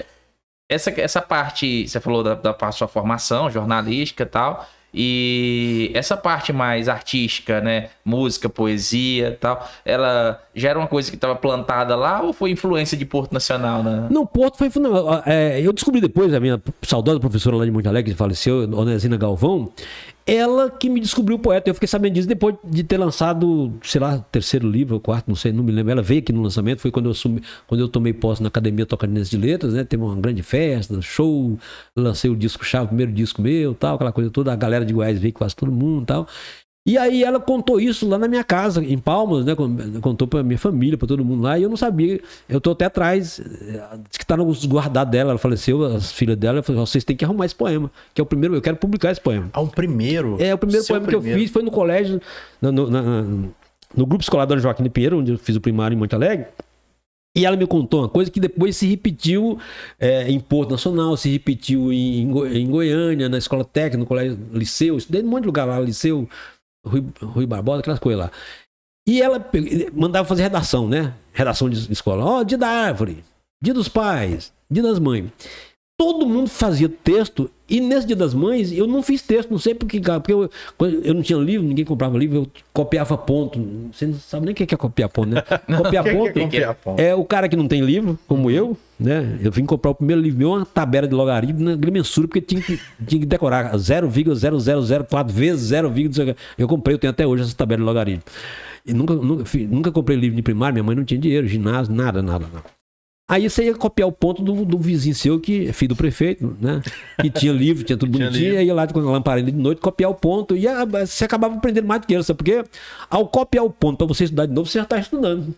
essa parte, você falou da parte da sua formação jornalística e tal... E essa parte mais artística, né? Música, poesia e tal, ela já era uma coisa que estava plantada lá ou foi influência de Porto Nacional, né? Não, Porto foi... eu descobri depois, a minha saudosa professora lá de Monte Alegre, que faleceu, Onesina Galvão, ela que me descobriu o poeta. Eu fiquei sabendo disso depois de ter lançado, sei lá, 3º livro ou 4º, não sei, não me lembro. Ela veio aqui no lançamento, foi quando eu tomei posse na Academia Tocantinense de Letras, né? Teve uma grande festa, show, lancei o disco-chave, o primeiro disco meu, tal, aquela coisa toda. A galera de Goiás veio, quase todo mundo, tal. E aí ela contou isso lá na minha casa, em Palmas, né? Contou pra minha família, pra todo mundo lá, e eu não sabia. Eu tô até atrás, diz que tá no guardado dela, ela faleceu, as filhas dela, ela falou, vocês têm que arrumar esse poema, que é o primeiro, eu quero publicar esse poema. O primeiro? É, o primeiro poema que eu fiz foi no colégio, no grupo escolar Dona Joaquim de Pinheiro, onde eu fiz o primário em Monte Alegre. E ela me contou uma coisa que depois se repetiu em Porto Nacional, se repetiu em Goiânia, na escola técnica, no colégio Liceu, estudei em um monte de lugar lá, Liceu, Rui Barbosa, aquelas coisas lá. E ela mandava fazer redação, né? Redação de escola. Dia da árvore, dia dos pais, dia das mães. Todo mundo fazia texto e nesse dia das mães eu não fiz texto, não sei porque eu não tinha livro, ninguém comprava livro, eu copiava ponto. Você não sabe nem o que é copiar ponto, né? Copiar ponto é o cara que não tem livro, como eu, né? Eu vim comprar o primeiro livro meu, uma tabela de logaritmo na agrimensura, porque tinha que decorar 0,0004 vezes 0, eu comprei, eu tenho até hoje essa tabela de logaritmo. E nunca comprei livro de primário, minha mãe não tinha dinheiro, ginásio, nada. Aí você ia copiar o ponto do vizinho seu, que é filho do prefeito, né? Que tinha livro, tinha tudo bonitinho, aí ia lá com a lamparina de noite, copiar o ponto, e você acabava aprendendo mais do que ele, sabe? Porque ao copiar o ponto para você estudar de novo, você já está estudando.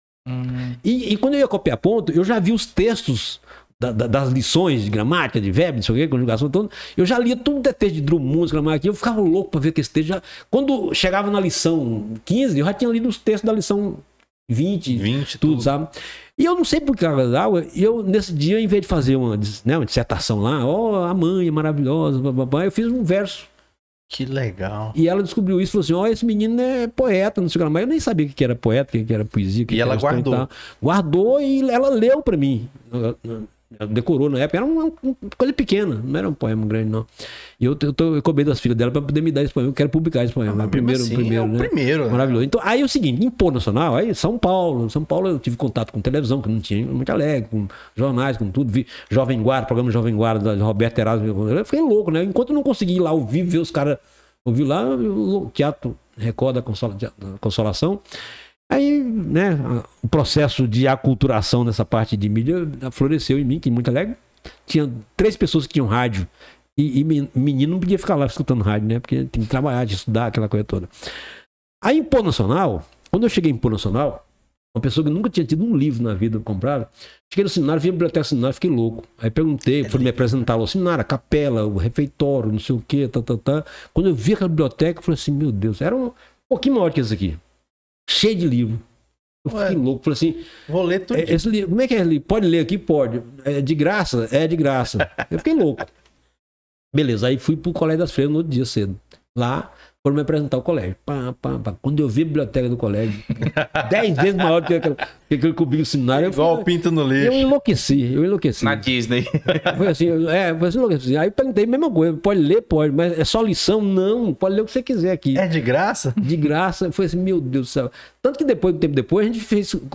E quando eu ia copiar ponto, eu já vi os textos das lições de gramática, de verbo, não sei o que, conjugação, então, eu já lia tudo de texto de Drummond, gramática, eu ficava louco para ver aquele texto. Quando chegava na lição 15, eu já tinha lido os textos da lição 20 tudo, sabe? E eu não sei por que eu nesse dia, em vez de fazer uma dissertação lá, a mãe é maravilhosa, eu fiz um verso. Que legal. E ela descobriu isso e falou assim, esse menino é poeta, não sei o que, mas eu nem sabia o que era poeta, o que era poesia, o que E ela era guardou. Guardou e ela leu pra mim. Ela decorou na época, era uma coisa pequena, não era um poema grande, não. E eu cobrei das filhas dela pra poder me dar esse poema. Eu quero publicar esse poema. Primeiro, assim, primeiro, né? Primeiro. Maravilhoso. Então, aí é o seguinte, em Pô Nacional, aí São Paulo eu tive contato com televisão, que não tinha, muito alegre, com jornais, com tudo. Vi Jovem Guarda, programa Jovem Guarda, da Roberto Erasmo. Eu fiquei louco, né? Enquanto eu não consegui ir lá ouvir, ver os caras, ouvir lá, o Teatro Record da Consolação. Aí, né, o processo de aculturação nessa parte de mídia floresceu em mim, que muito alegre. Tinha 3 pessoas que tinham rádio. E menino não podia ficar lá escutando rádio, né? Porque tem que trabalhar, de estudar, aquela coisa toda. Aí em Pô Nacional, quando eu cheguei em Pô Nacional, uma pessoa que nunca tinha tido um livro na vida comprado, cheguei no seminário, vi a biblioteca do seminário, fiquei louco. Aí perguntei, fui me apresentar lá, o seminário, a capela, o refeitório, não sei o quê, tá. Quando eu vi aquela biblioteca, eu falei assim, meu Deus, era um pouquinho maior que esse aqui. Cheio de livro. Eu fiquei louco, falei assim, vou ler tudo. Esse livro, como é que é esse livro? Pode ler aqui? Pode. É de graça? É de graça. Eu fiquei louco. Beleza, aí fui pro Colégio das Freiras no outro dia cedo. Lá, foram me apresentar o colégio. Quando eu vi a biblioteca do colégio, 10 vezes maior do que aquele cubinho do seminário. Igual o pinto no lixo. Eu enlouqueci. Na Disney. Foi assim, enlouqueci. Aí perguntei, mesma coisa, pode ler? Pode, mas é só lição? Não, pode ler o que você quiser aqui. É de graça? De graça. Foi assim, meu Deus do céu. Tanto que depois, um tempo depois, a gente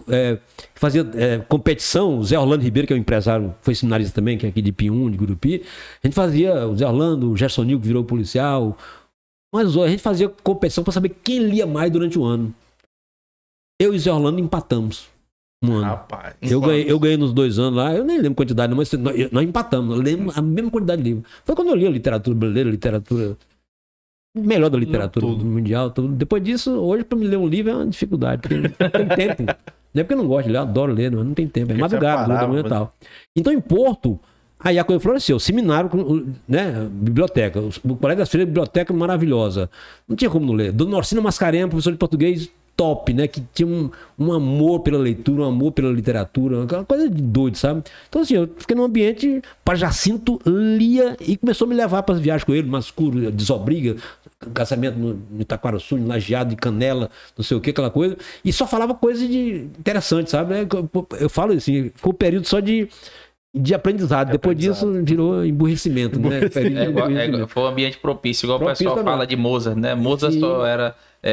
fazia competição. O Zé Orlando Ribeiro, que é um empresário, foi seminarista também, que é aqui de Pium, de Gurupi. A gente fazia, o Zé Orlando, o Gerson Nil, que virou policial. Mas a gente fazia competição para saber quem lia mais durante o ano. Eu e o Zé Orlando empatamos um ano. Rapaz. Eu ganhei nos 2 anos lá, eu nem lembro a quantidade, mas nós empatamos. Eu lembro a mesma quantidade de livro. Foi quando eu li a literatura brasileira, literatura melhor da literatura mundial. Tudo. Depois disso, hoje, para me ler um livro é uma dificuldade, porque não tem tempo. Não é porque eu não gosto de ler, eu adoro ler, mas não tem tempo. É madrugada, da manhã e tal. Então, em Porto, aí a coisa floresceu. Seminário, né? Biblioteca. O Colégio das Freiras, biblioteca maravilhosa. Não tinha como não ler. Dona Orsina Mascarenhas, professor de português top, né? Que tinha um amor pela leitura, um amor pela literatura, aquela coisa de doido, sabe? Então, assim, eu fiquei num ambiente. Para Jacinto lia e começou a me levar para as viagens com ele, Mascuro, Desobriga, casamento no Itaquaraçu, em Lajeado, de Canela, não sei o que, aquela coisa. E só falava coisa interessante, sabe? Eu falo assim, foi um período só de aprendizado. Depois disso virou emburrecimento, né? Foi um ambiente propício, igual o pessoal também fala de Mozart, né? Mozart só era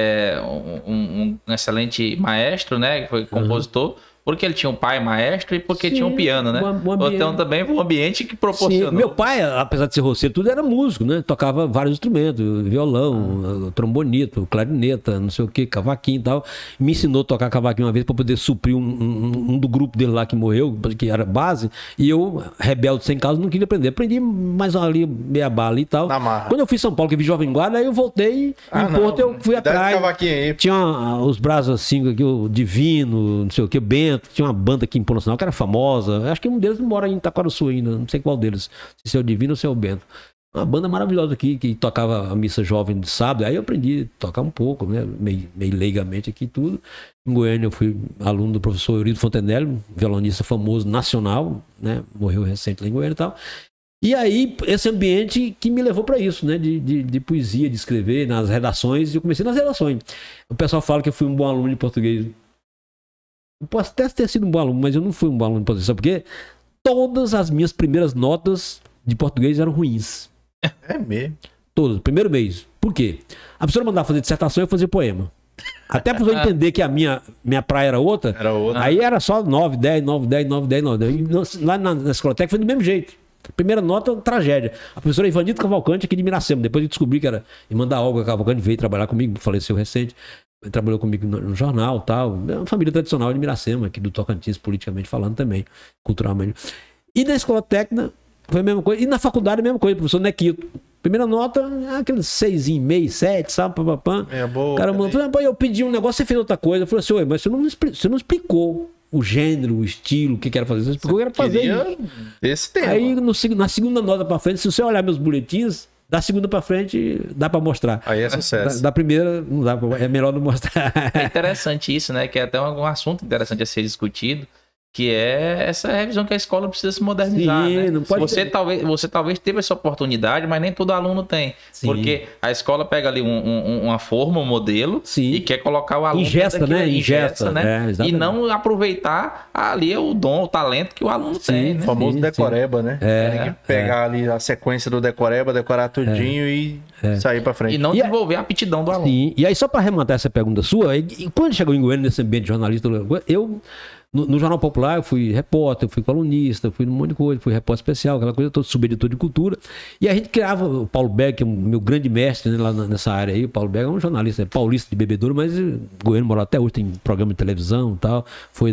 um excelente maestro, né? Foi compositor, porque ele tinha um pai maestro e porque tinha um piano, né? Então também foi um ambiente que proporcionou. Sim. Meu pai, apesar de ser roceiro, tudo era músico, né? Tocava vários instrumentos, violão, trombonito, clarineta, não sei o que, cavaquinho e tal. Me ensinou a tocar cavaquinho uma vez para poder suprir um do grupo dele lá que morreu, que era base, e eu, rebelde sem causa, não queria aprender. Aprendi mais ali, meia bala e tal. Quando eu fui em São Paulo, que vi Jovem Guarda, aí eu voltei, em Porto eu fui atrás. Tinha os braços assim, aqui, o Divino, não sei o que, Bento. Tinha uma banda aqui em Pô Nacional que era famosa. Acho que um deles mora em Itaquaraçu ainda. Não sei qual deles. Se é o Divino ou se é o Bento. Uma banda maravilhosa aqui que tocava a missa jovem de sábado. Aí eu aprendi a tocar um pouco, né? Meio leigamente aqui tudo. Em Goiânia eu fui aluno do professor Eurido Fontenelle, um violonista famoso nacional, né? Morreu recente lá em Goiânia e tal. E aí, esse ambiente que me levou para isso, né? De poesia, de escrever nas redações. E eu comecei nas redações. O pessoal fala que eu fui um bom aluno de português. Eu posso até ter sido um bom aluno, mas eu não fui um bom aluno de português. Sabe por quê? Todas as minhas primeiras notas de português eram ruins. É mesmo? Todas, primeiro mês. Por quê? A professora mandava fazer dissertação e eu fazia poema. Até a professora entender que a minha praia era outra. Aí era só 9, 10, 9, 10, 9, 10, 9, 10. Lá na escola foi do mesmo jeito. Primeira nota, tragédia. A professora Ivanito Cavalcante, aqui de Miracema. Depois eu descobri que era irmã da Olga Cavalcante, veio trabalhar comigo, faleceu recente. Trabalhou comigo no jornal e tal. É uma família tradicional de Miracema, aqui do Tocantins, politicamente falando também, culturalmente. E na escola técnica, foi a mesma coisa. E na faculdade, a mesma coisa, professor Nequito. Primeira nota, aquele 6,5, 7, sabe? É boa. Cara, eu pedi um negócio, você fez outra coisa. Eu falei assim, mas você não explicou o gênero, o estilo, o que era fazer. Você explicou que era fazer esse tema. Aí, na segunda nota pra frente, se você olhar meus boletins, da segunda pra frente, dá pra mostrar. Aí é sucesso. Da primeira, não dá é melhor não mostrar. É interessante isso, né? Que é até um assunto interessante a ser discutido, que é essa revisão que a escola precisa se modernizar. Sim, né? não pode você, ter... você talvez teve essa oportunidade, mas nem todo aluno tem. Sim. Porque a escola pega ali uma forma, um modelo, Sim. e quer colocar o aluno... Ingesta, né? Ingesta, né? É, e não aproveitar ali o dom, o talento que o aluno tem. Né? O famoso Sim, decoreba, né? Tem que pegar ali a sequência do decoreba, decorar tudinho e sair pra frente. E não desenvolver a aptidão do aluno. Sim, e aí só para arrematar essa pergunta sua, e quando chegou em Goiânia nesse ambiente jornalista, eu no Jornal Popular eu fui repórter, eu fui colunista, eu fui um monte de coisa, fui repórter especial, aquela coisa toda, subeditor de cultura, e a gente criava, o Paulo Berg, que é o meu grande mestre, né, lá nessa área aí, o Paulo Berg é um jornalista, é paulista de bebedouro, mas Goiânia morou até hoje, tem programa de televisão e tal, foi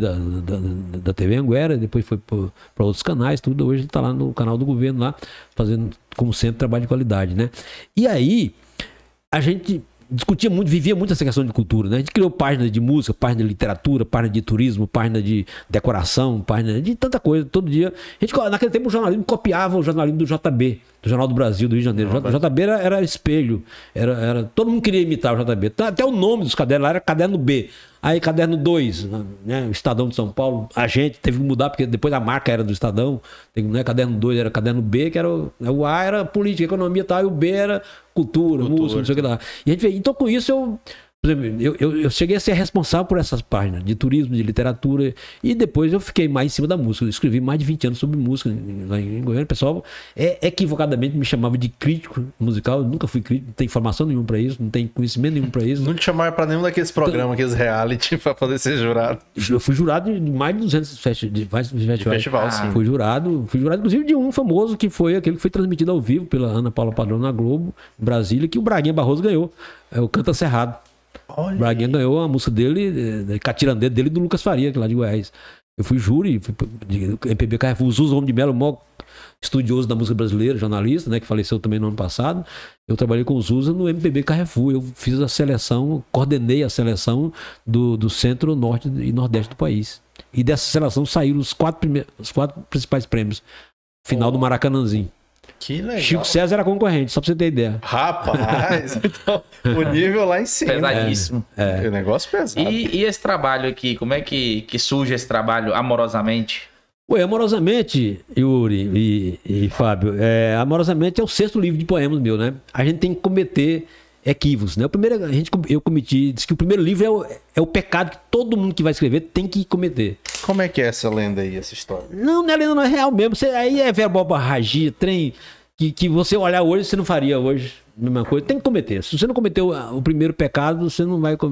da TV Anguera, depois foi para outros canais, tudo, hoje ele está lá no canal do governo lá, fazendo, como sempre, trabalho de qualidade, né? E aí, a gente discutia muito, vivia muito essa questão de cultura, né? A gente criou páginas de música, página de literatura, página de turismo, página de decoração, página de tanta coisa, todo dia. A gente, naquele tempo, o jornalismo copiava o jornalismo do JB, do Jornal do Brasil, do Rio de Janeiro. O JB era espelho, todo mundo queria imitar o JB. Até o nome dos cadernos lá era Caderno B. Aí Caderno 2, né? O Estadão de São Paulo, a gente teve que mudar, porque depois a marca era do Estadão, né? Caderno 2 era Caderno B, que era o A era política, economia e tal, e o B era cultura, música, não sei o que lá. E a gente veio, então com isso por exemplo, eu cheguei a ser responsável por essas páginas de turismo, de literatura, e depois eu fiquei mais em cima da música. Eu escrevi mais de 20 anos sobre música lá em Goiânia. O pessoal equivocadamente me chamava de crítico musical. Eu nunca fui crítico, não tenho informação nenhuma para isso, não tenho conhecimento nenhum para isso. Não te chamaram para nenhum daqueles programas, aqueles reality, para poder ser jurado. Eu fui jurado de mais de 200 festivais. Sim. Fui jurado inclusive de um famoso, que foi aquele que foi transmitido ao vivo pela Ana Paula Padrão na Globo, em Brasília, que o Braguinha Barroso ganhou. É o Canta Cerrado. Olha. O Braguinha ganhou a música dele, Catirandeiro dele, do Lucas Faria, que é lá de Goiás. Eu fui júri, de MPB Carrefour, o Zuza Homem de Melo, o maior estudioso da música brasileira, jornalista, né, que faleceu também no ano passado. Eu trabalhei com o Zuza no MPB Carrefour. Eu fiz a seleção, coordenei a seleção do centro, norte e nordeste do país. E dessa seleção saíram os quatro principais prêmios. Final do Maracanãzinho. Que legal. Chico César era concorrente, só pra você ter ideia. Rapaz, então, o nível lá em cima. Pesadíssimo. É um negócio pesado. E esse trabalho aqui, como é que surge esse trabalho amorosamente? Ué, Amorosamente, Yuri e Fábio, Amorosamente é o 6º livro de poemas meu, né? A gente tem que cometer equívocos, né? O primeiro, eu cometi, diz que o primeiro livro é o pecado que todo mundo que vai escrever tem que cometer. Como é que é essa lenda aí, essa história? Não é lenda, não é real mesmo. Aí é verbobarragia, trem que você olhar hoje, você não faria hoje. Mesma coisa, tem que cometer. Se você não cometeu o primeiro pecado, você não vai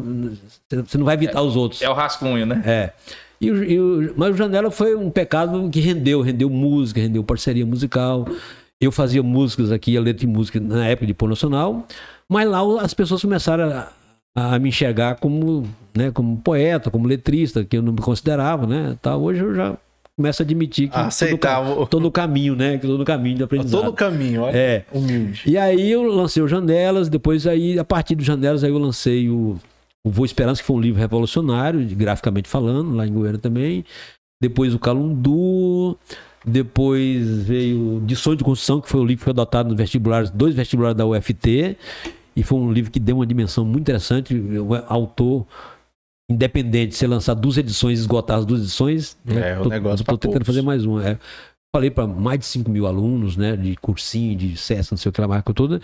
evitar os outros. É o rascunho, né? Mas o Janela foi um pecado que rendeu música, rendeu parceria musical. Eu fazia músicas aqui, a letra de música na época de Pôr Nacional, mas lá as pessoas começaram a me enxergar como, né, como poeta, como letrista, que eu não me considerava, né? Hoje eu já começo a admitir que tô no caminho, né? Que tô no caminho de aprendizado. Tô no caminho, olha. Humilde. E aí eu lancei o Janelas, depois aí, a partir do Janelas, aí eu lancei o Voo Esperança, que foi um livro revolucionário, graficamente falando, lá em Goiânia também. Depois o Calundu. Depois veio De Sonho de Construção, que foi o livro que foi adotado nos vestibulares, 2 vestibulares da UFT. E foi um livro que deu uma dimensão muito interessante. O autor independente, se lançar 2 edições e esgotar as 2 edições, o negócio tô tentando fazer mais uma. Falei para mais de 5 mil alunos, né, de cursinho, de SESC, não sei o que lá, marca toda.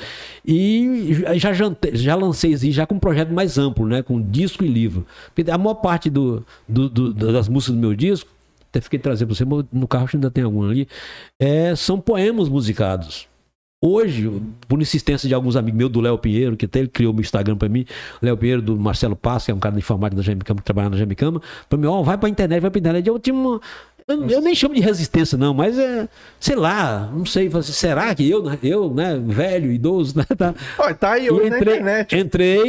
E já lancei já com um projeto mais amplo, né, com disco e livro. Porque a maior parte das músicas do meu disco, até fiquei trazendo para você, no carro ainda tem algum ali, são poemas musicados. Hoje, por insistência de alguns amigos meus, do Léo Pinheiro, que até ele criou o meu Instagram para mim, Léo Pinheiro, do Marcelo Passo, que é um cara de informática da Gemicama, que trabalha na Gemicama, para mim, vai pra internet. Eu tinha eu nem chamo de resistência, não, mas sei lá, não sei, será que eu, né, velho, idoso, né, tá? Tá aí hoje na internet.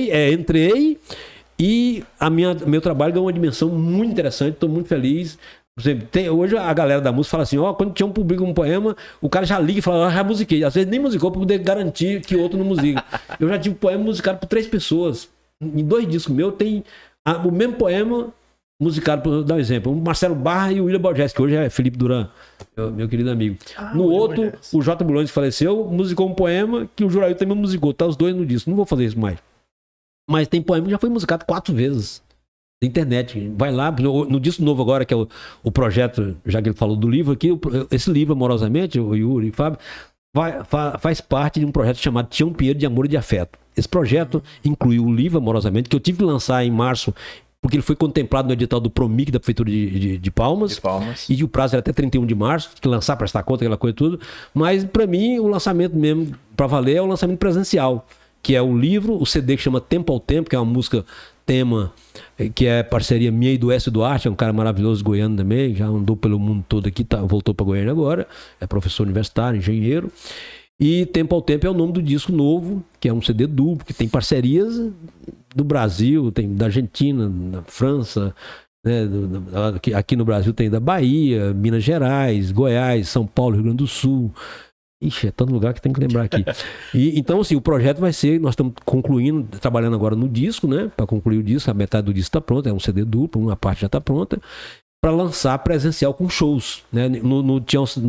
Entrei e meu trabalho ganhou uma dimensão muito interessante, estou muito feliz. Por exemplo, hoje a galera da música fala assim, quando tinha publica um poema, o cara já liga e fala, já musiquei. Às vezes nem musicou para poder garantir que o outro não musica. Eu já tive poema musicado por 3 pessoas. Em 2 discos meus tem o mesmo poema musicado, por dar um exemplo, o Marcelo Barra e o William Borges, que hoje é Felipe Duran, meu querido amigo. No outro, Borges. O J. Bulhões, que faleceu, musicou um poema que o Juraí também musicou. Tá os 2 no disco. Não vou fazer isso mais. Mas tem poema que já foi musicado 4 vezes. internet. Vai lá, no disco novo agora, que é o projeto, já que ele falou do livro aqui, esse livro, Amorosamente, o Yuri e o Fábio, faz parte de um projeto chamado Tião Pinheiro de Amor e de Afeto. Esse projeto incluiu o livro Amorosamente, que eu tive que lançar em março, porque ele foi contemplado no edital do Promic da Prefeitura de Palmas. E o prazo era até 31 de março, que lançar, prestar conta, aquela coisa tudo. Mas, para mim, o lançamento mesmo, para valer, é o lançamento presencial, que é o livro, o CD que chama Tempo ao Tempo, que é uma música tema, que é parceria minha e do Écio Duarte, é um cara maravilhoso goiano também, já andou pelo mundo todo aqui, voltou para Goiânia agora, é professor universitário, engenheiro. E Tempo ao Tempo é o nome do disco novo, que é um CD duplo, que tem parcerias do Brasil, tem da Argentina, da França, né, aqui no Brasil tem da Bahia, Minas Gerais, Goiás, São Paulo, Rio Grande do Sul. Ixi, é tanto lugar que tem que lembrar aqui. Então, assim, o projeto vai ser, nós estamos concluindo, trabalhando agora no disco, né? Para concluir o disco, a metade do disco está pronta, é um CD duplo, uma parte já está pronta, para lançar presencial com shows, né? No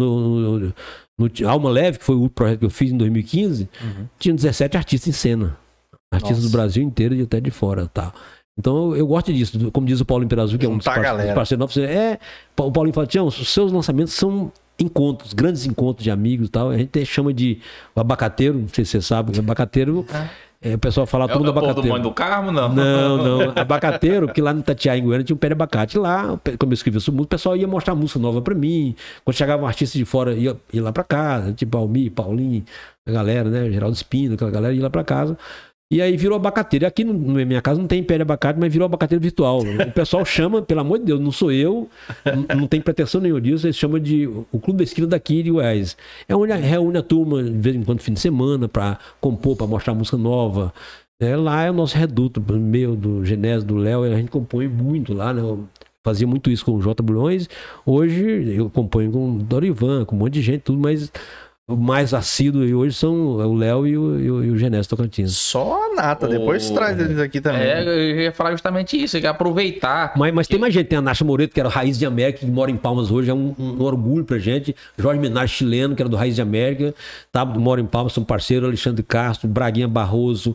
Alma Leve, que foi o projeto que eu fiz em 2015, tinha 17 artistas em cena. Artistas do Brasil inteiro e até de fora, tá? Então eu gosto disso. Como diz o Paulo Imperazul, que é um dos parceiros novos, o Paulinho fala, Tião, os seus lançamentos são encontros, grandes encontros de amigos e tal. A gente chama de o abacateiro, não sei se você sabe, o abacateiro... o pessoal fala tudo do abacateiro. É o do Mãe do Carmo, não? Não. Abacateiro, porque lá no Itatiaia, em Goiânia, tinha um pé de abacate. Lá, como eu escrevi essa música, o pessoal ia mostrar música nova pra mim. Quando chegava um artista de fora, ia lá pra casa, tipo Almir, Paulinho, a galera, né? Geraldo Espino, aquela galera ia lá pra casa. E aí virou abacateiro. E aqui na minha casa não tem pé de abacate, mas virou abacateiro virtual. O pessoal chama, pelo amor de Deus, não sou eu, não tem pretensão nenhuma disso, eles chamam de o Clube da Esquina daqui de Goiás. É onde reúne a turma, de vez em quando, fim de semana, para compor, para mostrar música nova. Lá é o nosso reduto, meu, do Genésio, do Léo, a gente compõe muito lá, né? Eu fazia muito isso com o J. Bulhões. Hoje eu componho com o Dorivan, com um monte de gente, tudo, mas... O mais assíduo hoje são o Léo e o Genésio Tocantins. Só a nata, depois traz eles aqui também. Eu ia falar justamente isso, que aproveitar. Mas tem mais gente, tem a Nacha Moreto, que era Raiz de América, que mora em Palmas hoje, é um orgulho pra gente. Jorge Minar, chileno, que era do Raiz de América, mora em Palmas, são parceiros, Alexandre Castro, Braguinha Barroso.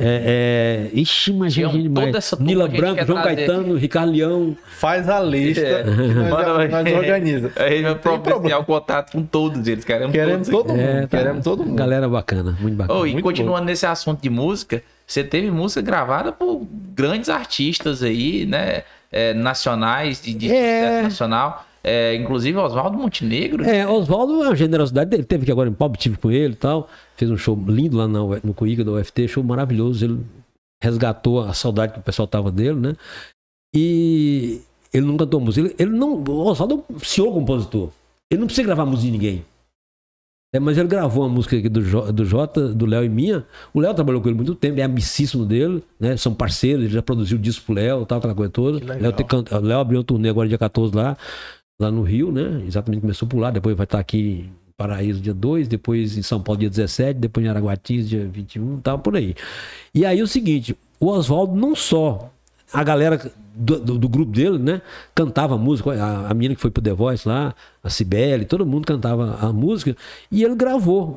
Ixi, mas gente demais. Nila Branco, João Caetano, Ricardo Leão. Faz a lista, nós organiza. A gente vai providenciar o contato com todos eles, queremos queremos todo mundo. Galera bacana, muito bacana. E continuando nesse assunto de música, você teve música gravada por grandes artistas aí, né? Nacionais, de sucesso nacional. Inclusive Oswaldo Montenegro. Oswaldo é uma generosidade dele. Teve aqui agora em Palmas, tive com ele e tal. Fez um show lindo lá no Coiga da UFT, show maravilhoso. Ele resgatou a saudade que o pessoal tava dele, né? E ele não cantou música. O Oswaldo é um senhor compositor. Ele não precisa gravar música de ninguém. Mas ele gravou uma música aqui do Jota, do Léo e minha. O Léo trabalhou com ele muito tempo, é amicíssimo dele, né? São parceiros, ele já produziu disco pro Léo, tal, aquela coisa toda. O Léo abriu um turnê agora dia 14 lá no Rio, né? Exatamente, começou por lá, depois vai estar aqui em Paraíso dia 2, depois em São Paulo dia 17, depois em Araguatis dia 21, tal, por aí. E aí o seguinte, o Oswaldo não só... A galera do grupo dele, né, cantava a música, a menina que foi pro The Voice lá, a Cibele, todo mundo cantava a música, e ele gravou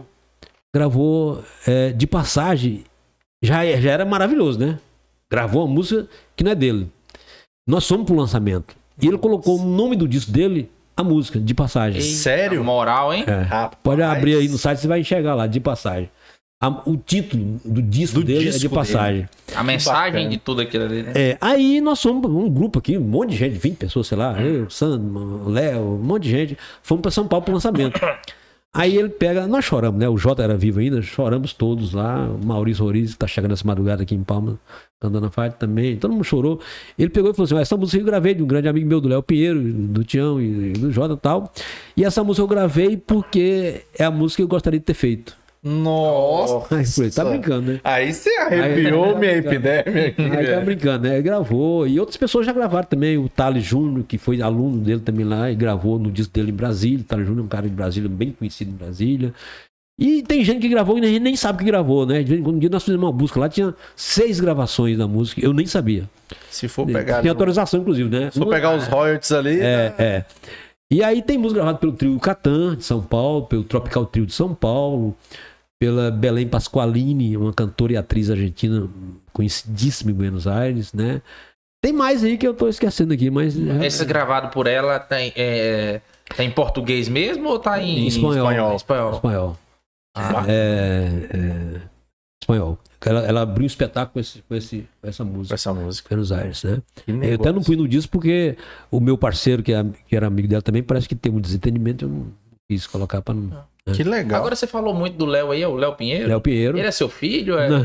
de passagem, já era maravilhoso, né? Gravou uma música que não é dele. Nós fomos pro lançamento, e ele colocou o nome do disco dele, a música, de passagem. Sério? Moral, hein? Pode abrir aí no site, você vai enxergar lá, de passagem. O título do disco dele é de passagem. Dele. A mensagem de tudo aquilo ali, né? Aí nós somos um grupo aqui, um monte de gente, 20 pessoas, sei lá, eu, Sandro, o Léo, um monte de gente. Fomos para São Paulo pro lançamento. Aí ele pega, nós choramos, né? O Jota era vivo ainda, choramos todos lá. O Maurício Roriz, que tá chegando essa madrugada aqui em Palmas, cantando a faixa também. Todo mundo chorou. Ele pegou e falou assim: essa música eu gravei de um grande amigo meu, do Léo Pinheiro, do Tião e do Jota e tal. E essa música eu gravei porque é a música que eu gostaria de ter feito. Nossa! Aí, tá brincando, né? Aí você arrepiou minha epidemia. Aí tá brincando, né? Gravou. E outras pessoas já gravaram também. O Thales Júnior, que foi aluno dele também lá, e gravou no disco dele em Brasília. O Thales Júnior é um cara de Brasília, bem conhecido em Brasília. E tem gente que gravou e a gente nem sabe que gravou, né? De vez em quando, um dia nós fizemos uma busca lá, tinha 6 gravações da música, eu nem sabia. Se for pegar... Tem autorização, inclusive, né? Se for pegar os royalties ali... E aí tem música gravada pelo Trio Catan, de São Paulo, pelo Tropical Trio de São Paulo, pela Belém Pasqualini, uma cantora e atriz argentina conhecidíssima em Buenos Aires, né? Tem mais aí que eu tô esquecendo aqui, mas... Esse gravado por ela tá em português mesmo ou tá em Espanhol. Espanhol. Ah. Espanhol. Ela abriu um espetáculo com essa música. Com essa música. Buenos Aires, né? Que Eu negócio. até não fui no disco porque o meu parceiro, que era amigo dela também, parece que tem um desentendimento, eu não quis colocar pra não... Que legal. Agora você falou muito do Léo aí, é o Léo Pinheiro? Léo Pinheiro. Ele é seu filho? É?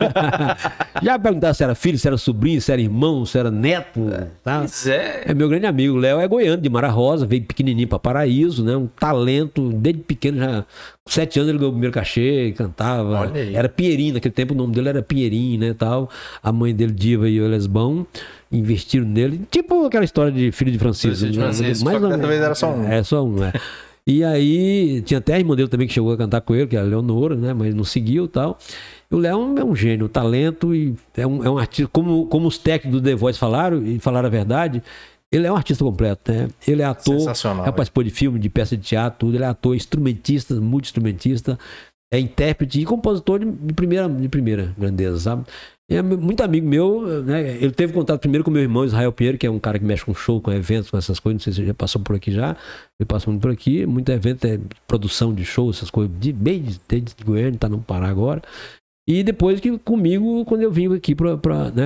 Já perguntaram se era filho, se era sobrinho, se era irmão, se era neto. Tá? Pois é. É meu grande amigo. O Léo é goiano, de Mara Rosa, veio pequenininho pra Paraíso, né? Um talento, desde pequeno já. Com 7 anos ele ganhou o primeiro cachê, cantava. Olha aí. Era Pinheirinho, naquele tempo o nome dele era Pinheirinho, né? Tal. A mãe dele, Diva, e o Lesbão, investiram nele. Tipo aquela história de filho de Francisco. Filho de Francisco, Mas só que dessa vez era só um. É, só um, é. E aí, tinha até a irmã dele também que chegou a cantar com ele, que é a Leonora, né? Mas não seguiu e tal. E o Léo é um gênio, um talento e é um artista, como os técnicos do The Voice falaram, e falaram a verdade, ele é um artista completo, né? Ele é ator, Sensacional, já participou de filme, de peça de teatro, tudo. Ele é ator, instrumentista, multi-instrumentista, é intérprete e compositor de primeira grandeza, sabe? É muito amigo meu, né? Ele teve contato primeiro com meu irmão Israel Pinheiro, que é um cara que mexe com show, com eventos, com essas coisas. Não sei se ele já passou por aqui já. Ele passou muito por aqui. Muito evento, produção de show, essas coisas. Desde Goiânia, tá no Pará agora. E depois que comigo, quando eu vim aqui pra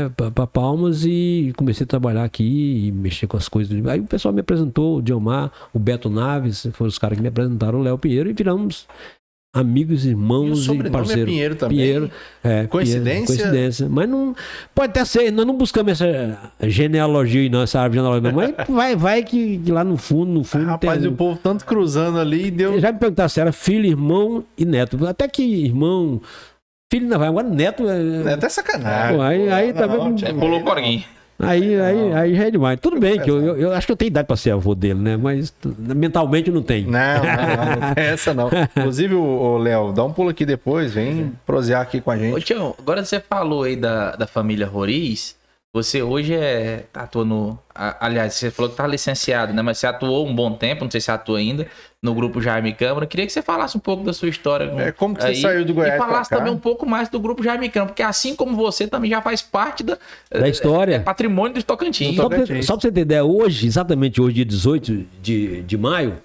Palmas e comecei a trabalhar aqui e mexer com as coisas. Aí o pessoal me apresentou, o Diomar, o Beto Naves, foram os caras que me apresentaram, o Léo Pinheiro, e viramos amigos, irmãos e parceiros. É Pinheiro também. Pinheiro, Coincidência? Coincidência. Mas não. Pode até ser, nós não buscamos essa genealogia aí, não, essa árvore genealógica, não. Mas vai que lá no fundo. Rapaz, tem... e o povo tanto cruzando ali e deu. Já me perguntaram se era filho, irmão e neto. Até que irmão. Filho não vai, agora neto. Neto é sacanagem. Pô, aí também. Pulou o corguinho. Aí já é demais. Tudo bem, que eu acho que eu tenho idade pra ser avô dele, né? Mas mentalmente eu não tenho. Não tem essa não. Inclusive, o Léo, dá um pulo aqui depois, vem prosear aqui com a Ô, gente. Tião, agora você falou aí da família Roriz. Você hoje atua no... Aliás, você falou que tá licenciado, né? Mas você atuou um bom tempo, não sei se atua ainda, no grupo Jaime Câmara. Queria que você falasse um pouco da sua história. Como que você saiu do Goiás e falasse pra cá? também um pouco mais do grupo Jaime Câmara, porque assim como você também já faz parte da história. Patrimônio dos Tocantins. Só pra você ter ideia, exatamente hoje, dia 18 de maio,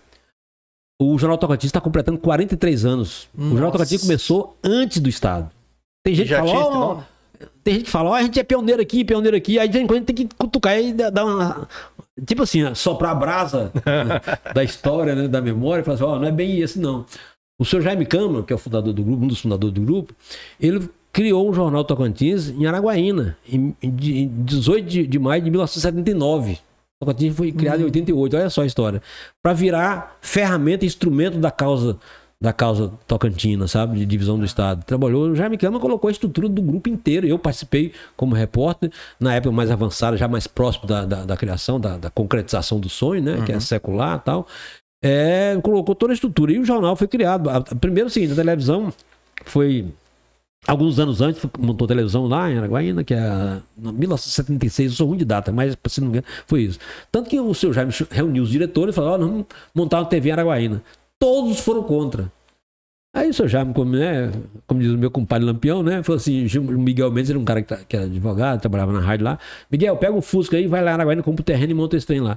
o Jornal Tocantins está completando 43 anos. Nossa. O Jornal Tocantins começou antes do Estado. Tem gente que fala, tem gente que fala, a gente é pioneiro aqui, aí de vez em quando a gente tem que cutucar e dar uma... Tipo assim, soprar a brasa da história, né, da memória, e falar assim, não é bem isso não. O senhor Jaime Câmara, que é o fundador do grupo, um dos fundadores do grupo, ele criou um jornal Tocantins em Araguaína, em 18 de maio de 1979. O Tocantins foi criado em 88, olha só a história. Para virar ferramenta e instrumento da causa tocantina, sabe? De divisão do Estado. Trabalhou, o Jaime Câmara colocou a estrutura do grupo inteiro. Eu participei como repórter, na época mais avançada, já mais próximo da criação, da concretização do sonho, né? Que é secular e tal. Colocou toda a estrutura. E o jornal foi criado. Primeiro, o seguinte, a televisão foi... Alguns anos antes, montou televisão lá em Araguaína, que é em 1976, eu sou ruim de data, mas se não me engano, foi isso. Tanto que o seu Jaime reuniu os diretores e falou, nós vamos montar uma TV em Araguaína. Todos foram contra. Aí o seu Jaime, como diz o meu compadre Lampião, né? Falou assim, o Miguel Mendes era um cara que era advogado, trabalhava na rádio lá. Miguel, pega o Fusca aí, vai lá na Araguaína, compra o terreno e monta esse trem lá.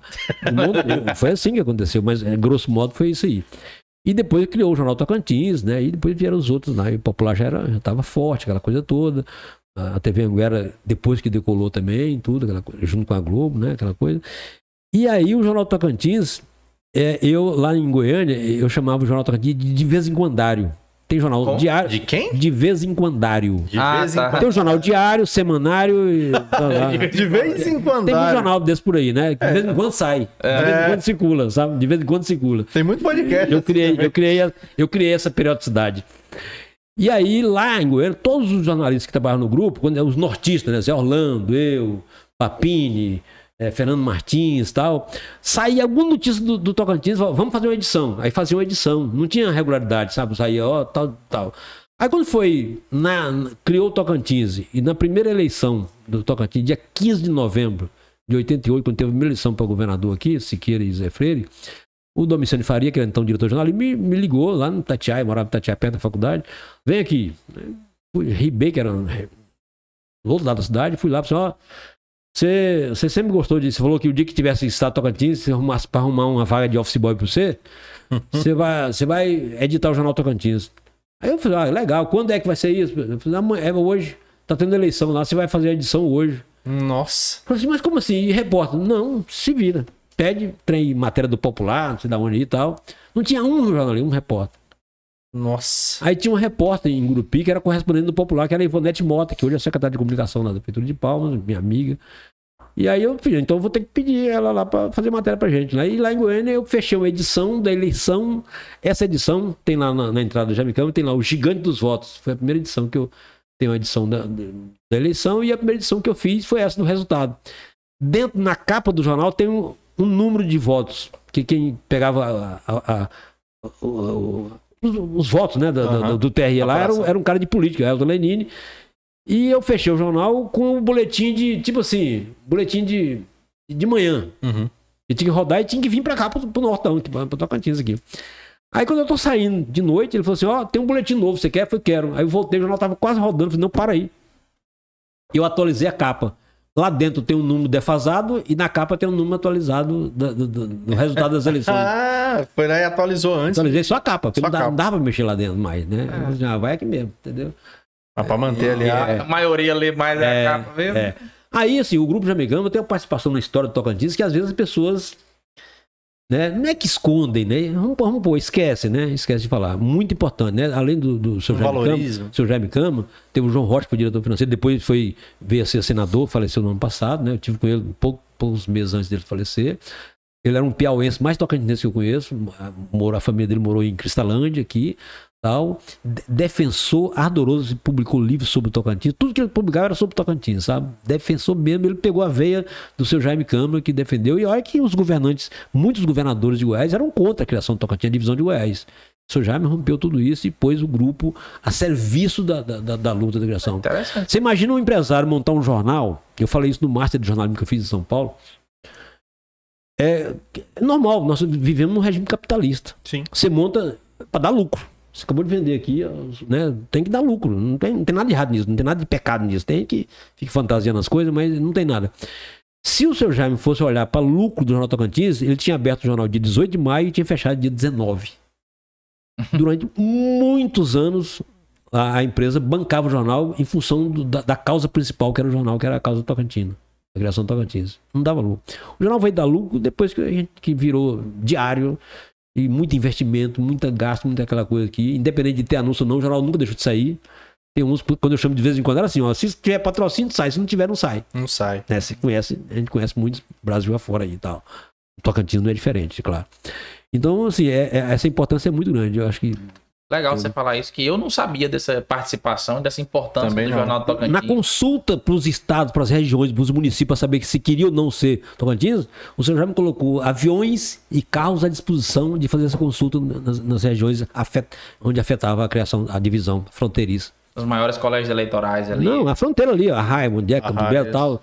Foi assim que aconteceu, mas grosso modo foi isso aí. E depois criou o Jornal Tocantins, né? E depois vieram os outros lá. E o Popular já estava forte, aquela coisa toda. A TV Anguera, depois que decolou também, tudo, aquela coisa, junto com a Globo, né? Aquela coisa. E aí o Jornal Tocantins, eu lá em Goiânia, eu chamava o Jornal Tocantins de vez em quandário. Tem jornal diário. De quem? De vez em quandário. De vez em quando. Tem um jornal diário, semanário. De vez em quando. Tem um jornal desse por aí, né? Que de vez em quando sai. De vez em quando circula, sabe? De vez em quando circula. Tem muito podcast. Eu criei essa periodicidade. E aí, lá em Goiânia, todos os jornalistas que trabalhavam no grupo, os nortistas, né? Zé Orlando, eu, Papini, Fernando Martins e tal, saía alguma notícia do Tocantins, vamos fazer uma edição. Aí fazia uma edição, não tinha regularidade, sabe? Saía, tal. Aí quando criou o Tocantins, e na primeira eleição do Tocantins, dia 15 de novembro de 88, quando teve a primeira eleição para governador aqui, Siqueira e Zé Freire, o Domiciano Faria, que era então diretor jornal, me ligou lá no Tatiaia, morava no Tatiaia, perto da faculdade, vem aqui. Ribei, que era do outro lado da cidade, fui lá, falei, Você sempre gostou disso. Você falou que o dia que tivesse estado Tocantins, se arrumasse para arrumar uma vaga de office boy para você, você vai editar o Jornal Tocantins. Aí eu falei, legal, quando é que vai ser isso? Eu falei, amanhã, hoje, tá tendo eleição lá, você vai fazer a edição hoje. Nossa. Eu falei assim, mas como assim? E repórter? Não, se vira. Pede trem matéria do Popular, não sei da onde e tal. Não tinha um jornalista, um repórter. Nossa. Aí tinha um repórter em Gurupi que era correspondente do Popular, que era a Ivonete Mota, que hoje é secretária de comunicação lá da Prefeitura de Palmas, minha amiga. E aí eu falei, então eu vou ter que pedir ela lá para fazer matéria pra gente. E lá em Goiânia eu fechei uma edição da eleição. Essa edição tem lá na entrada do Jaime Câmara, tem lá o Gigante dos Votos. Foi a primeira edição que eu tenho a edição da eleição, e a primeira edição que eu fiz foi essa do resultado. Dentro, na capa do jornal, tem um número de votos, que quem pegava os votos, né, do TRE lá era um cara de política, Elton Lenine. E eu fechei o jornal com um boletim de, tipo assim, boletim de manhã. Eu tinha que rodar e tinha que vir pra cá, pro Nortão, pra Tocantins aqui. Aí quando eu tô saindo de noite, ele falou assim, tem um boletim novo, você quer? Eu falei, quero. Aí eu voltei, o jornal tava quase rodando, eu falei, não, para aí. Eu atualizei a capa. Lá dentro tem um número defasado e na capa tem um número atualizado do resultado das eleições. Foi lá e atualizou antes. Atualizei só a capa, porque não dava pra mexer lá dentro mais, né? Vai aqui mesmo, entendeu? Mas pra manter ali a maioria lê mais a capa mesmo. Aí, assim, o Grupo Jaime Câmara tem uma participação na história do Tocantins que às vezes as pessoas, né, não é que escondem, né? Vamos pôr, esquece, né? Esquece de falar. Muito importante, né? Além do seu Jaime Câmara, teve o João Rocha, que foi diretor financeiro, depois veio a ser senador, faleceu no ano passado, né? Eu tive com ele poucos meses antes dele falecer. Ele era um piauense mais tocantinense que eu conheço. A família dele morou em Cristalândia aqui. Tal, defensor ardoroso, publicou livros sobre o Tocantins, tudo que ele publicava era sobre o Tocantins, sabe? Defensor mesmo, ele pegou a veia do seu Jaime Câmara, que defendeu, e olha que os governantes, muitos governadores de Goiás eram contra a criação do Tocantins, a divisão de Goiás. O seu Jaime rompeu tudo isso e pôs o grupo a serviço da luta da criação. Você imagina um empresário montar um jornal, eu falei isso no Master de Jornalismo que eu fiz em São Paulo, é normal, nós vivemos num regime capitalista. Sim. Você monta para dar lucro. Você acabou de vender aqui, né? Tem que dar lucro. Não tem nada de errado nisso, não tem nada de pecado nisso. Tem que ficar fantasiando as coisas, mas não tem nada. Se o seu Jaime fosse olhar para lucro do Jornal Tocantins, ele tinha aberto o jornal dia 18 de maio e tinha fechado dia 19. Durante muitos anos, a empresa bancava o jornal em função da causa principal, que era o jornal, que era a causa Tocantina, a criação do Tocantins. Não dava lucro. O jornal veio dar lucro depois que virou diário. E muito investimento, muita gasto, muita aquela coisa aqui. Independente de ter anúncio ou não, o jornal nunca deixou de sair. Tem uns, quando eu chamo de vez em quando, era assim, se tiver patrocínio, sai. Se não tiver, não sai. Não sai. A gente conhece muitos Brasil afora aí e tal. O Tocantins não é diferente, claro. Então, assim, essa importância é muito grande. Eu acho que... Legal você falar isso, que eu não sabia dessa participação, dessa importância também do não. Jornal do Tocantins. Na consulta para os estados, para as regiões, para os municípios, para saber se queria ou não ser Tocantins, o senhor já me colocou aviões e carros à disposição de fazer essa consulta nas regiões onde afetava a criação, a divisão fronteiriça. Os maiores colégios eleitorais ali. Não, a fronteira ali, a Raia, onde é Campo Belo e tal.